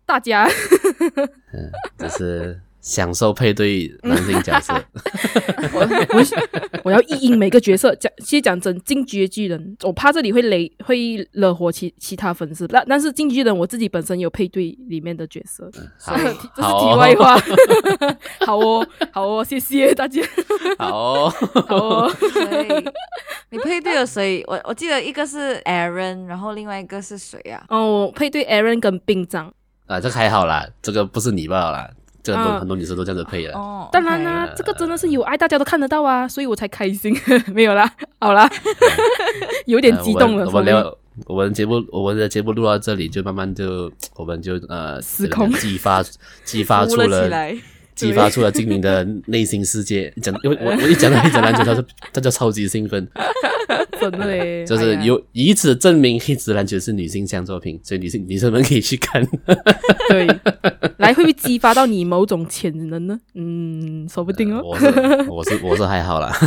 大家。 嗯，就是享受配对男性角色。 我我我要意淫每个角色。讲其实讲真，进击的巨人，我怕这里会雷会惹火其其他粉丝。但但是进击巨人我自己本身有配对里面的角色， 好， 这是题外话。好哦，好哦，谢谢大家。 好哦， 好哦。 所以你配对了谁？我我记得一个是 Aaron， 然后另外一个是谁啊？ 哦，配对 Aaron 跟兵长。 啊，这个还好啦，这个不是你罢了啦。这个都、嗯、很多女生都这样子配的。 哦， 当然啦、啊，这个真的是有爱，大家都看得到啊，所以我才开心。没有啦，好啦，有点激动了。 呃、我们聊我们节目，我们的节目录到这里，就慢慢就我们就呃失控， 激发激发出了激发出了精灵的内心世界。讲，因为我我一讲到一讲篮球，他就他就超级兴奋。 真的嘞， 就是有、哎、以此证明黑子篮球是女性向作品，所以女性女生们可以去看。 对，来会不会激发到你某种潜能呢？嗯，说不定哦。 呃、我是我是我是还好啦。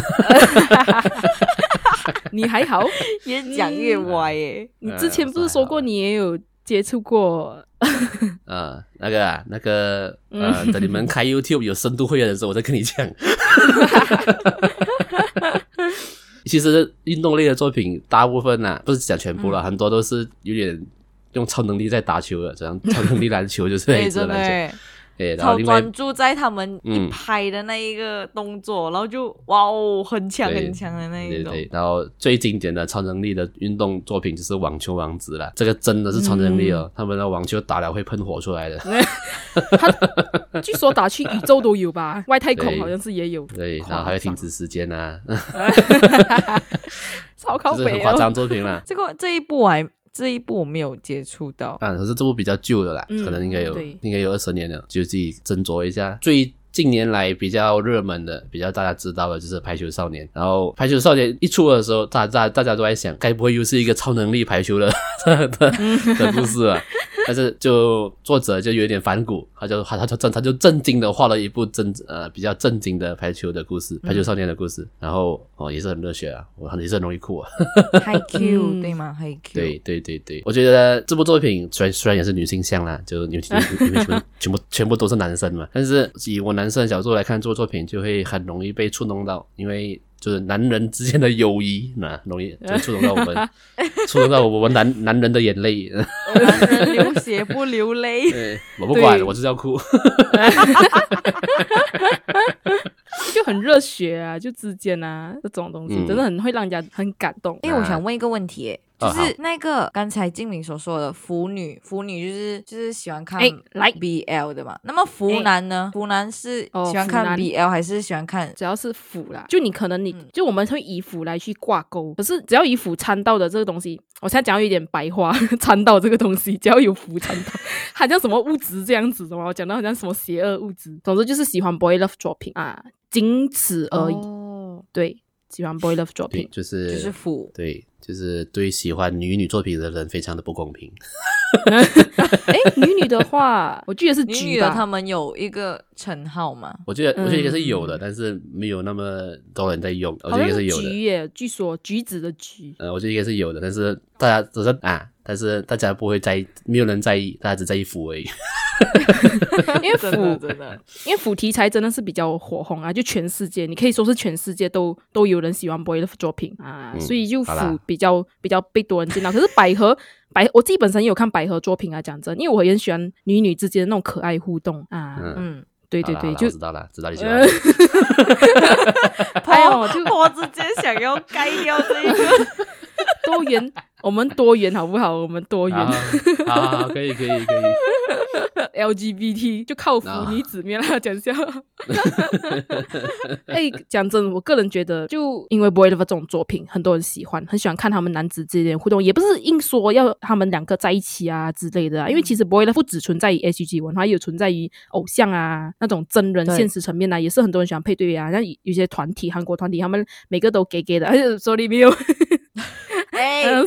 你还好？ 越讲越歪耶、 嗯！你之前不是说过你也有接触过？ 呃，那个啊，那个呃，等你们开 YouTube 有深度会员的时候，我再跟你讲。其实运动类的作品大部分啊，不是讲全部了、嗯、很多都是有点用超能力在打球的，这样超能力篮球就是黑子篮球。对，然后另外超专注在他们一拍的那一个动作、嗯、然后就哇哦很强很强的那一种。 对对，然后最经典的超能力的运动作品就是网球王子啦，这个真的是超能力哦、嗯、他们的网球打了会喷火出来的。 他据说打去宇宙都有吧，外太空好像是也有。 对，然后还会停止时间啊。 超靠北哦， 就是很夸张作品啦。 这个这一部我还这一部我没有接触到， 啊，可是这部比较旧的啦、嗯、可能应该有应该有二十年了，就自己斟酌一下。最近年来比较热门的比较大家知道的就是排球少年，然后排球少年一出的时候大家大家都在想该不会又是一个超能力排球的的, 的故事啊。但是就作者就有点反骨，他就他他就他就正经的画了一部正呃比较正经的排球的故事，排球少年的故事，嗯、然后哦也是很热血啊，我也是很容易哭啊。 Haikyuu 对吗 ？Haikyuu 对对对对，我觉得这部作品虽然虽然也是女性向啦，就你们你们全部全部全部都是男生嘛，但是以我男生的角度来看，这部作品就会很容易被触动到，因为就是男人之间的友谊，那容易就触动到我们，触动到我们男男人的眼泪。 男人流血不流泪。 对，我不管，我就是要哭。 就很热血啊，就之间啊这种东西、嗯、真的很会让人家很感动。 因为我想问一个问题耶，就是那个刚才静敏所说的腐女，腐女就是就是喜欢看 B L 的嘛、欸、那么腐男呢？腐男是喜欢看 B L 还是喜欢看？ 只要是腐啦，就你可能你、嗯、就我们会以腐来去挂钩，可是只要以腐掺到的这个东西，我现在讲有一点白话，掺到这个东西只要有腐掺到好像什么物质这样子的嘛，我讲到好像什么邪恶物质，总之就是喜欢 boy love 作品啊，仅此而已、哦、对，喜欢 boy love 作品就是就是腐， 对，就是对喜欢女女作品的人非常的不公平。 诶女女的话我记得是女女的他们有一个称号吗？ 我觉得我觉得应该是有的、嗯、但是没有那么多人在用，我觉得应该是有的。 好像是橘耶，据说橘子的橘， 呃，我觉得应该是有的，但是大家只是啊，但是大家不会在意，没有人在意，大家只在意腐而已。 因为腐真的，因为腐题材真的是比较火红啊，就全世界，你可以说是全世界都都有人喜欢 boy love 作品啊、嗯，所以就腐比较比较被多人见到。可是百合百我自己本身也有看百合作品啊，讲真，因为我也很喜欢女女之间的那种可爱互动啊，嗯。嗯对对对，就知道了，知道你喜欢。 哎呦，就我直接想要盖掉这一个多元，我们多元好不好？我们多元， 好好好，可以可以可以。 L G B T 就靠腐女子面啦，讲笑。哎，讲真，我个人觉得，就因为 boy love 这种作品，很多人喜欢，很喜欢看他们男子之间的互动，也不是硬说要他们两个在一起啊之类的啊。因为其实 boy love 不只存在于 H G 文化，也有存在于偶像啊那种真人现实层面啊，也是很多人喜欢配对啊。像有些团体，韩国团体，他们每个都 gay gay 的，而且说里面有。 哎哎，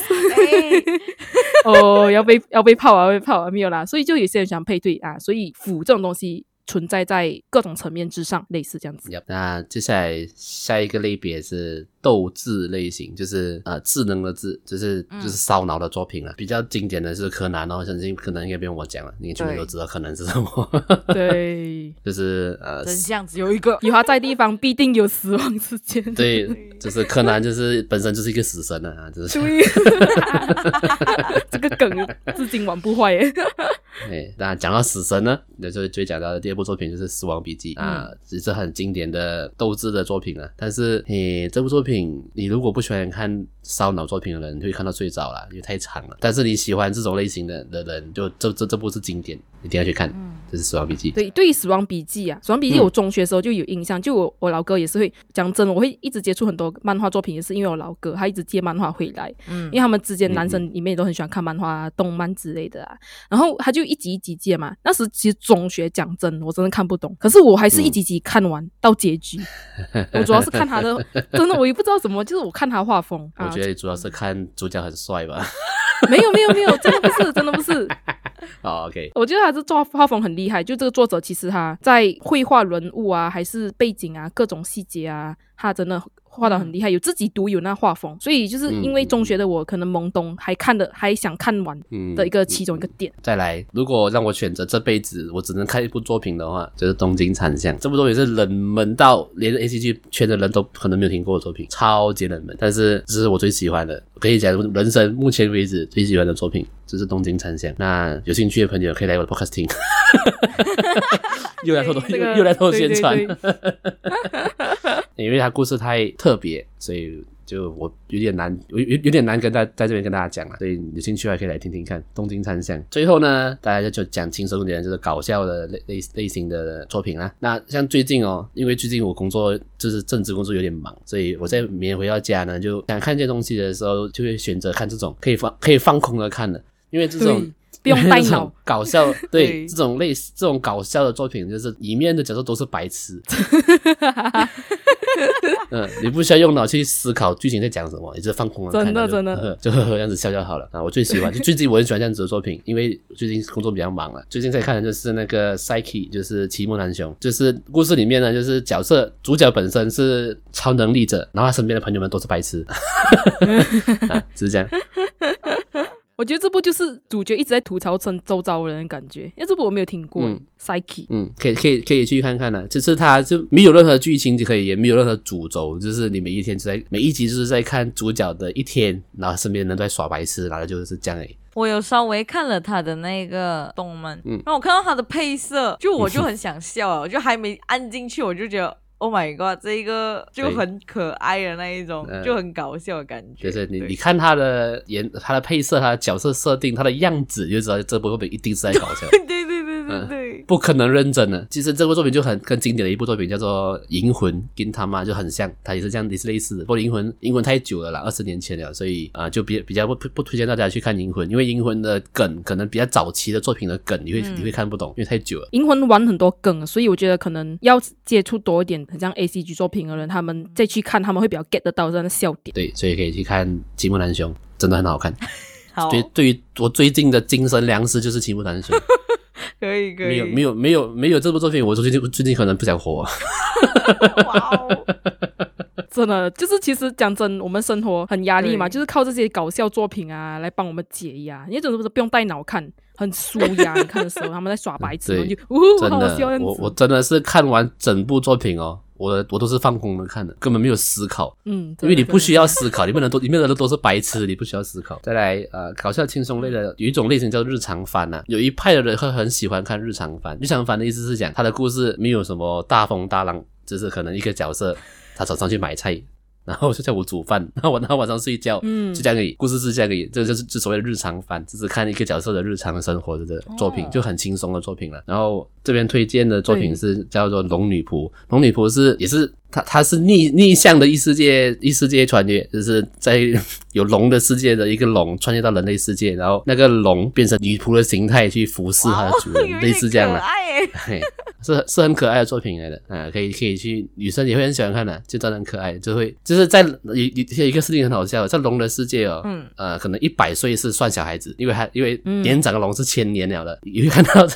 哦，要被要被泡啊，要被泡啊，没有啦。所以就有些人想配对啊，所以腐这种东西存在在各种层面之上，类似这样子。 Yep, 那接下来下一个类别是斗智类型，就是呃智能的智，就是就是烧脑的作品了。比较经典的是柯南哦，相信柯南应该不用我讲了，你全部都知道柯南是什么。 对， 就是呃真相只有一个， 有他在地方必定有死亡之间。 对，就是柯南就是本身就是一个死神啊，就是对这个梗至今玩不坏耶。 对，那讲到死神呢，那就就会讲到的第二部作品就是《死亡笔记》嗯、啊，也是很经典的斗智的作品啊。但是，诶，这部作品你如果不喜欢看烧脑作品的人，你会看到睡着啦，因为太长了。但是你喜欢这种类型的的人，就这这这部是经典，一定要去看。嗯、这是《死亡笔记》。 对，对于《死亡笔记》啊，《死亡笔记》我中学的时候就有印象，嗯、就我我老哥也是会讲真的，我会一直接触很多漫画作品，也是因为我老哥他一直借漫画回来，嗯，因为他们之间男生里面也都很喜欢看漫画、啊、动漫之类的啊，然后他就一集一集借嘛。那时其实中学讲真我真的看不懂，可是我还是一集集看完、嗯、到结局。我主要是看他的真的我也不知道什么，就是我看他画风。 我觉得主要是看主角很帅吧。 没有没有没有，真的不是真的不是。 哦、oh, OK， 我觉得他这作画风很厉害，就这个作者其实他在绘画人物啊，还是背景啊，各种细节啊，他真的画得很厉害，有自己独有那画风，所以就是因为中学的我可能懵懂，还看的还想看完的一个其中一个点、嗯、 再来，如果让我选择这辈子我只能看一部作品的话，就是东京残像。这部作品是冷门到连 A C G 圈的人都可能没有听过的作品，超级冷门，但是这是我最喜欢的，我可以讲人生目前为止最喜欢的作品就是东京残像。那有兴趣的朋友可以来我的 podcast 听。又来偷偷、这个、又, 又来偷宣传。对对对因为他故事太特别，所以就我有点难有有点难跟大在这边跟大家讲了，所以有兴趣还可以来听听看东京残像。最后呢，大家就讲轻松一点，就是搞笑的 类, 类, 类型的作品啦。那像最近哦，因为最近我工作就是正职工作有点忙，所以我在每天回到家呢，就想看这些东西的时候，就会选择看这种可以放可以放空的看的，因为这种不用带脑搞笑对, 对这种类这种搞笑的作品，就是里面的角色都是白痴。嗯，你不需要用脑去思考剧情在讲什么，你只放空了看， 真的真的就呵呵这样子笑就好了啊！我最喜欢，就最近我很喜欢这样子的作品，因为最近工作比较忙了。最近在看的就是那个 Psyche， 就是齐木楠雄，就是故事里面呢，就是角色主角本身是超能力者，然后他身边的朋友们都是白痴，啊，就是这样。 我觉得这部就是主角一直在吐槽周遭人的感觉，因为这部我没有听过。嗯 Psyche， 嗯，可以可以可以去看看啦。就是它就没有任何剧情，就可以也没有任何主轴，就是你每一天就在每一集就是在看主角的一天，然后身边人都在耍白痴，然后就是这样而已。 我有稍微看了他的那个动漫，嗯，然后我看到他的配色，就我就很想笑啊，我就还没按进去，我就觉得。Oh my god， 这一个就很可爱的那一种，就很搞笑的感觉。 就是你你看他的颜、他的配色、他的角色设定、他的样子，你就知道这部作品一定是在搞笑。 对对对对对对、嗯， 不可能认真的。其实这部作品就很跟经典的一部作品叫做《银魂》，跟他妈就很像，它也是这样，也是类似的。不过《银魂》银魂太久了啦，二十年前了，所以啊、呃、就比比较不不推荐大家去看《银魂》，因为《银魂》的梗可能比较早期的作品的梗，你会、嗯、你会看不懂，因为太久了。 《银魂》玩很多梗，所以我觉得可能要接触多一点，很像 A C G 作品的人，他们再去看，他们会比较 get 得到这样的笑点。 对，所以可以去看齐木楠雄，真的很好看。 好， 对，对于我最近的精神粮食就是齐木楠雄。 可以可以， 没有没有没有没有这部作品，我最近最近可能不想活。 哇哦！真的就是其实讲真，我们生活很压力嘛，就是靠这些搞笑作品啊来帮我们解压，因为真的不是不用带脑看，很舒压。你看的时候他们在耍白痴，就呜真的好笑样子。 我我真的是看完整部作品哦。我我都是放空的看的，根本没有思考。嗯，因为你不需要思考，里面的都里面的都是白痴，你不需要思考。再来呃，搞笑轻松类的有一种类型叫日常番啊，有一派的人会很喜欢看日常番。日常番的意思是讲他的故事没有什么大风大浪，就是可能一个角色他早上去买菜。然后就叫我煮饭，然后我然后晚上睡觉，嗯，就这样而已。故事是这样而已，这就是就所谓的日常番，就是看一个角色的日常生活的作品，哦、就很轻松的作品了。然后这边推荐的作品是叫做《龙女仆》，龙女仆是也是它它是逆逆向的异世界异世界穿越，就是在有龙的世界的一个龙穿越到人类世界，然后那个龙变成女仆的形态去服侍它的主人，类似这样的。是是很可爱的作品来的啊，可以可以去，女生也会很喜欢看的，就真的很可爱，就会就是在有有一个事情很好笑，在龙的世界哦，嗯，呃，可能一百岁是算小孩子，因为还因为年长的龙是千年了的，你会看到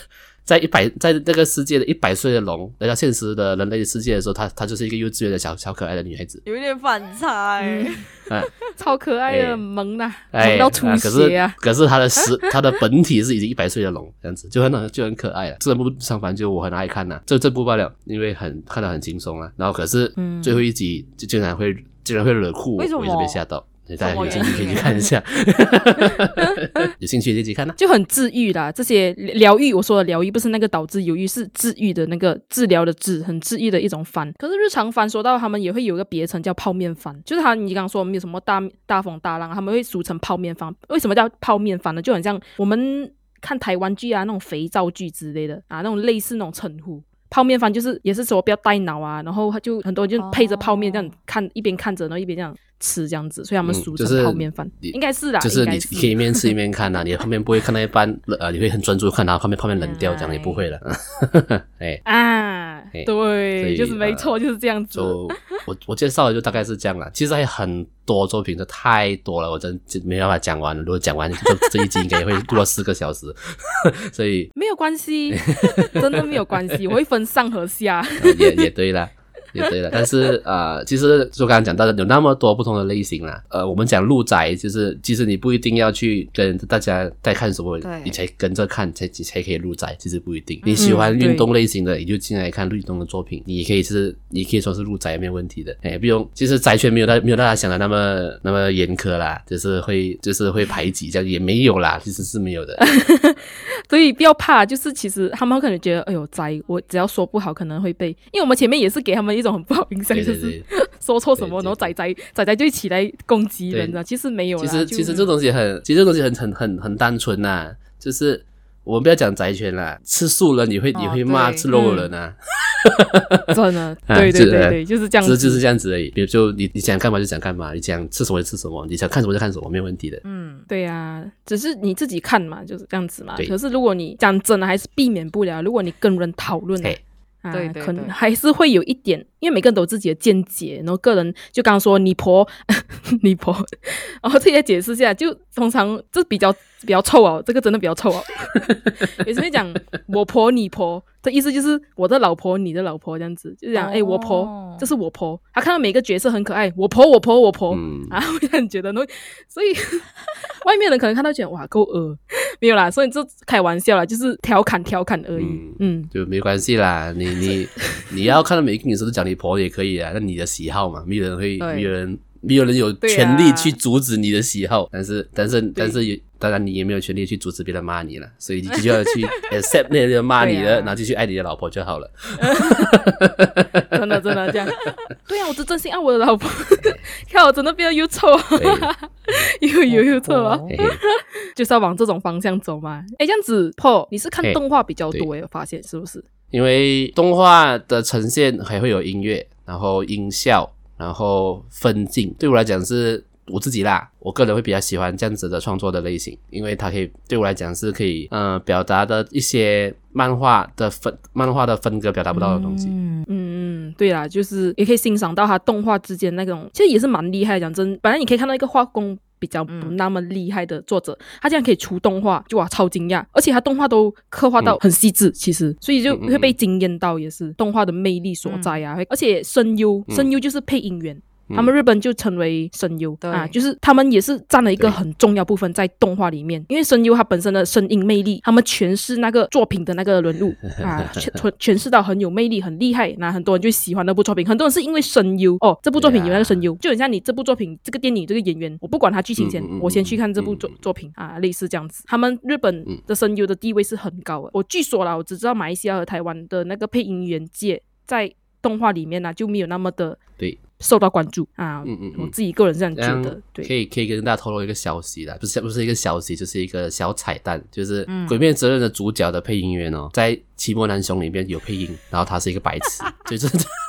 在一百在那个世界的一百岁的龙来到现实的人类的世界的时候，她她就是一个幼稚园的小小可爱的女孩子， 有一点反差哎、 嗯啊超可爱的， 哎萌啊， 哎萌到出啊可是血啊！ 可是她的实她的本体是已经一百岁的龙，这样子就很就很可爱了。这部上反正就我很爱看呐、啊，这这部罢了，因为很看得很轻松啊。然后可是最后一集就竟然会竟然会惹哭我， 为什么我也是被吓到。大家有兴趣可以去看一下，有兴趣就一起看啊。 就很治愈啦。这些疗愈，我说的疗愈不是那个导致忧郁，是治愈的那个治疗的治，很治愈的一种番。可是日常番说到他们也会有一个别称叫泡面番，就是他你刚刚说没有什么大大风大浪，他们会俗称泡面番。为什么叫泡面番呢？就很像我们看台湾剧啊那种肥皂剧之类的啊，那种类似那种称呼。泡面番就是也是说不要带脑啊，然后他就很多人就配着泡面这样看，一边看着然后一边这样吃这样子，所以他们俗称泡面番、嗯就是、应该是啦， 就是你可以一面吃一面看啊，你后面不会看到一半呃，你会很专注看，然后后面泡面冷掉，这样也不会了。哎啊，哎对，就是没错、呃，就是这样子。 就我我介绍的就大概是这样啦，其实还有很多作品，这太多了，我真没办法讲完了。如果讲完，这这一集应该会录了四个小时，所以没有关系，真的没有关系，我会分上和下。 呃、也也对啦。也对了，但是呃，其实就刚刚讲到的有那么多不同的类型啦。呃，我们讲路宅，就是其实你不一定要去跟大家在看什么，你才跟着看才才可以路宅，其实不一定。你喜欢运动类型的，嗯、你就进来看运动的作品，你也可以是，你可以说是路宅没有问题的。哎，不用，其实宅圈没有大没有大家想的那么那么严苛啦，就是会就是会排挤这样也没有啦，其实是没有的。 所以不要怕，就是其实他们可能觉得，哎呦宅，我只要说不好可能会被，因为我们前面也是给他们一种很不好印象， 对对对就是说错什么，然后仔仔仔仔就起来攻击人啊。其实没有啦， 其实其实这东西很，其实这东西很很很很单纯呐、啊，就是我们不要讲宅圈啦，吃素人你会、哦、你会骂吃肉的人啊。 嗯、真的，对对对对，就是这样子， 就是这样子而已。比如就你你想干嘛就想干嘛，你想吃什么就吃什么，你想看什么就看什么，没有问题的。 嗯，对啊，只是你自己看嘛，就是这样子嘛。可是如果你讲真的，还是避免不了。如果你跟人讨论、啊。啊、 对对对， 可能还是会有一点，因为每个人都有自己的见解，然后个人就刚刚说你婆你婆，然后这些解释下，就通常这比较比较臭哦，这个真的比较臭哦。有时会讲我婆你婆的意思就是我的老婆你的老婆这样子，就讲哎、哦欸、我婆这是我婆，他看到每个角色很可爱，我婆我婆我婆、嗯、啊，我就很觉得，所以外面人可能看到觉得哇够恶，没有啦，所以这开玩笑啦，就是调侃调侃而已，嗯， 嗯就没关系啦，你你你要看到每个女生都讲你婆也可以啊，那你的喜好嘛，没有人会，没有人。没有人有权利去阻止你的喜好，啊、但是但是但是也当然你也没有权利去阻止别人骂你了，所以你就要去 accept 那个骂你的、啊，然後繼續愛你的老婆就好了。 真的真的這樣，對啊，我就真心愛我的老婆，看我真的變得又臭，又又又臭啊，就是要往這種方向走嘛。誒，這樣子 Paul 你是看動畫比較多，我發現是不是？ 因為動畫的呈現還會有音樂，然後音效。然後分鏡對我來講是我自己啦，我個人會比較喜歡這樣子的創作的類型，因為它可以對我來講是可以呃表達的一些漫畫的分漫畫的風格表達不到的東西。 嗯嗯，對啦，就是也可以欣賞到它動畫之間那種，其實也是蠻厲害的，講真，本來你可以看到一個畫工比較不那麼厲害的作者，嗯、他竟然可以出動畫，就哇超驚訝，而且他動畫都刻畫到很細緻、嗯、其實所以就會被驚豔到，也是動畫的魅力所在啊、嗯、而且聲優聲優就是配音員、嗯、他們日本就稱為聲優、嗯、啊，就是他們也是佔了一個很重要部分在動畫裡面，因為聲優他本身的聲音魅力，他們詮釋那個作品的那個人物啊，詮釋到很有魅力很厲害，那很多人就喜歡那部作品，很多人是因為聲優哦，這部作品有那個聲優、yeah. 就很像你這部作品這個電影這個演員，我不管他劇情前、嗯、我先去看這部作、嗯、作品啊，類似這樣子，他們日本的聲優的地位是很高的、嗯、我據說啦，我只知道馬來西亞和台灣的那個配音員界在動畫裡面啊就沒有那麼的對受到關注啊，嗯嗯嗯，我自己個人這樣覺得，對， 可以可以跟大家透露一個消息啦，不是不是一個消息，就是一個小彩蛋，就是《鬼滅之刃》的主角的配音員哦，在《奇摩南雄》裡面有配音，然後他是一個白痴，就是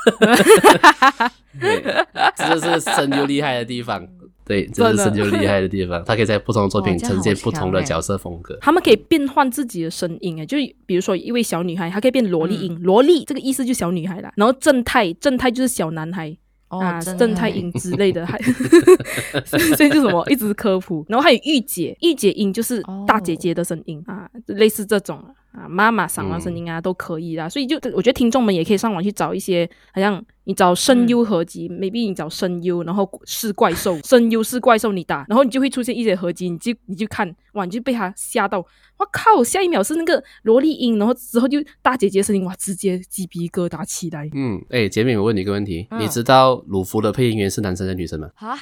對，這就是聲優厲害的地方，對，這是聲優厲害的地方，他可以在不同的作品呈現不同的角色風格， 他們可以變換自己的聲音誒，就比如說一位小女孩，她可以變蘿莉音，蘿莉這個意思就是小女孩啦，然後正太正太就是小男孩。啊，正太音之類的，還所以就什麼一直科普，然後還有御姐，御姐音就是大姐姐的聲音、哦、啊，類似這種啊妈妈嗓的声音啊、嗯、都可以啦。所以就我觉得听众们也可以上网去找一些，好像你找声优合集、嗯、maybe 你找声优然后是怪兽声优是怪兽你打，然后你就会出现一些合集，你就你就看哇，你就被他吓到，哇靠，下一秒是那个萝莉音，然后之后就大姐姐声音，哇直接鸡皮疙瘩起来。 嗯，哎，姐妹我问你一个问题、嗯、你知道鲁夫的配音员是男生还是女生吗？ 啊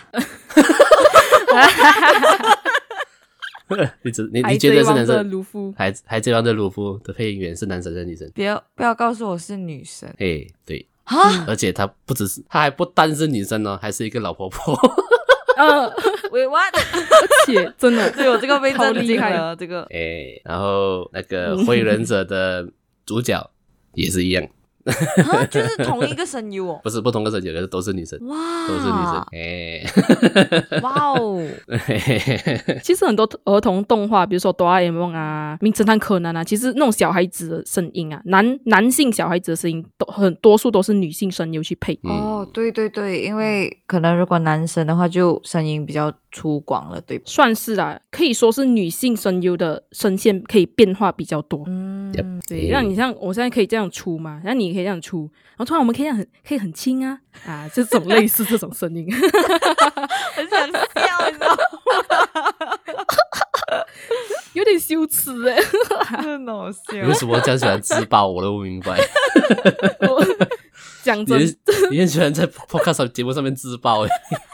你, 你, 你觉得是男生？ 鲁夫海海贼王的鲁夫的配音员是男生还是女生？ 不要不要告诉我是女生。 哎，对啊！ 而且他不只是，他还不单是女生哦，还是一个老婆婆。 呃，Wait what？ 而且真的， 对我这个被震惊了，这个。 哎，然后那个火影忍者的主角也是一样。 啊，就是同一个声优哦， 不是不同个声优，可是都是女生， 哇， 都是女生，哎， 哇哦！ 其实很多儿童动画，比如说哆啦 A 梦啊、名侦探柯南啊，其实那种小孩子的声音啊，男男性小孩子的声音，都很多数都是女性声优去配。 嗯、哦，对对对，因为可能如果男生的话，就声音比较粗犷了，对吧？ 算是啦，可以说是女性声优的声线可以变化比较多。 嗯， 对，让你像我现在可以这样出嘛，然后你可以这样出，然后突然我们可以这样很可以很轻啊啊，这种类似这种声音， 很想笑，你知道吗？ 有点羞耻哎、 欸，真的好笑。 为什么这样喜欢自爆？我都不明白。 讲真， 你, 你很喜欢在 podcast 节目上面自爆哎。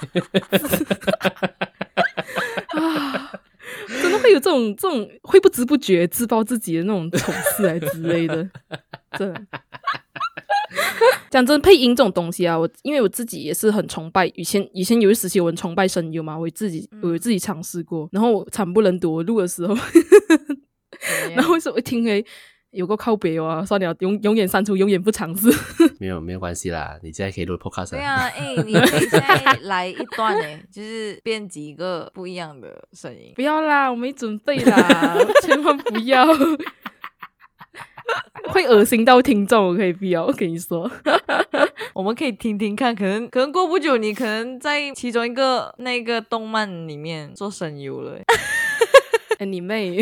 啊，真的会有这种这种会不知不觉自爆自己的那种丑事啊之类的，真的。讲真，配音这种东西啊，我因为我自己也是很崇拜，以前以前有一时期我很崇拜声优嘛，我自己我自己尝试过，然后我惨不忍睹，我录的时候，然后我听回有个靠北哦，算了，永永远删除，永远不尝试。 没有没有关系啦，你现在可以录 podcast。 对啊，哎、欸，你可以现在来一段哎，就是编几个不一样的声音。 不要啦，我没准备啦，千万不要。会恶心到听众，我可以不要，我跟你说。 我们可以听听看，可能可能过不久，你可能在其中一个那个动漫里面做声优了。 哎、欸，你妹！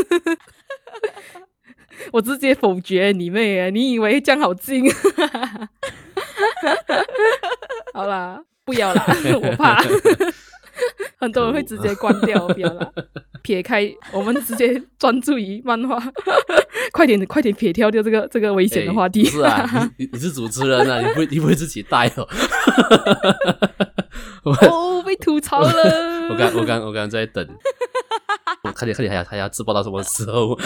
我直接否决你妹啊！你以为这样好进？好啦，不要啦，我怕。很多人会直接关掉，不要啦。撇开，我们直接专注于漫画。快点，快点撇掉掉这个这个危险的话题。 欸、不是啊，你你是主持人啊，你不你不会自己带哦。 哦，被吐槽了。 我刚我刚我刚在等，我看你看你还要还要自爆到什么时候？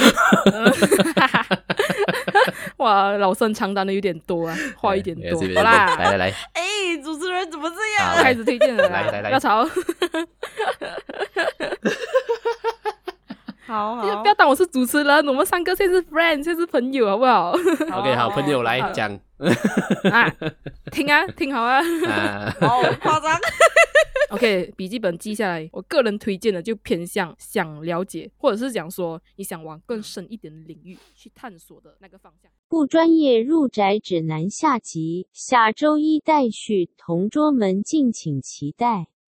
哇，老生常谈的有点多啊，话有点多。好啦， 来来来， 哎、欸，主持人怎么这样、 啊？开始推荐了， 来来来， 不要吵。 好好， 不要当我是主持人，我们三个现在是 friend， 现在是朋友，好不好 ？OK， 好，朋友来讲啊，听啊，听好啊， 好夸张。 OK， 笔记本记下来。我个人推荐的就偏向想了解，或者是讲说你想往更深一点的领域去探索的那个方向。 不专业入宅指南下集，下周一待续，同桌们敬请期待。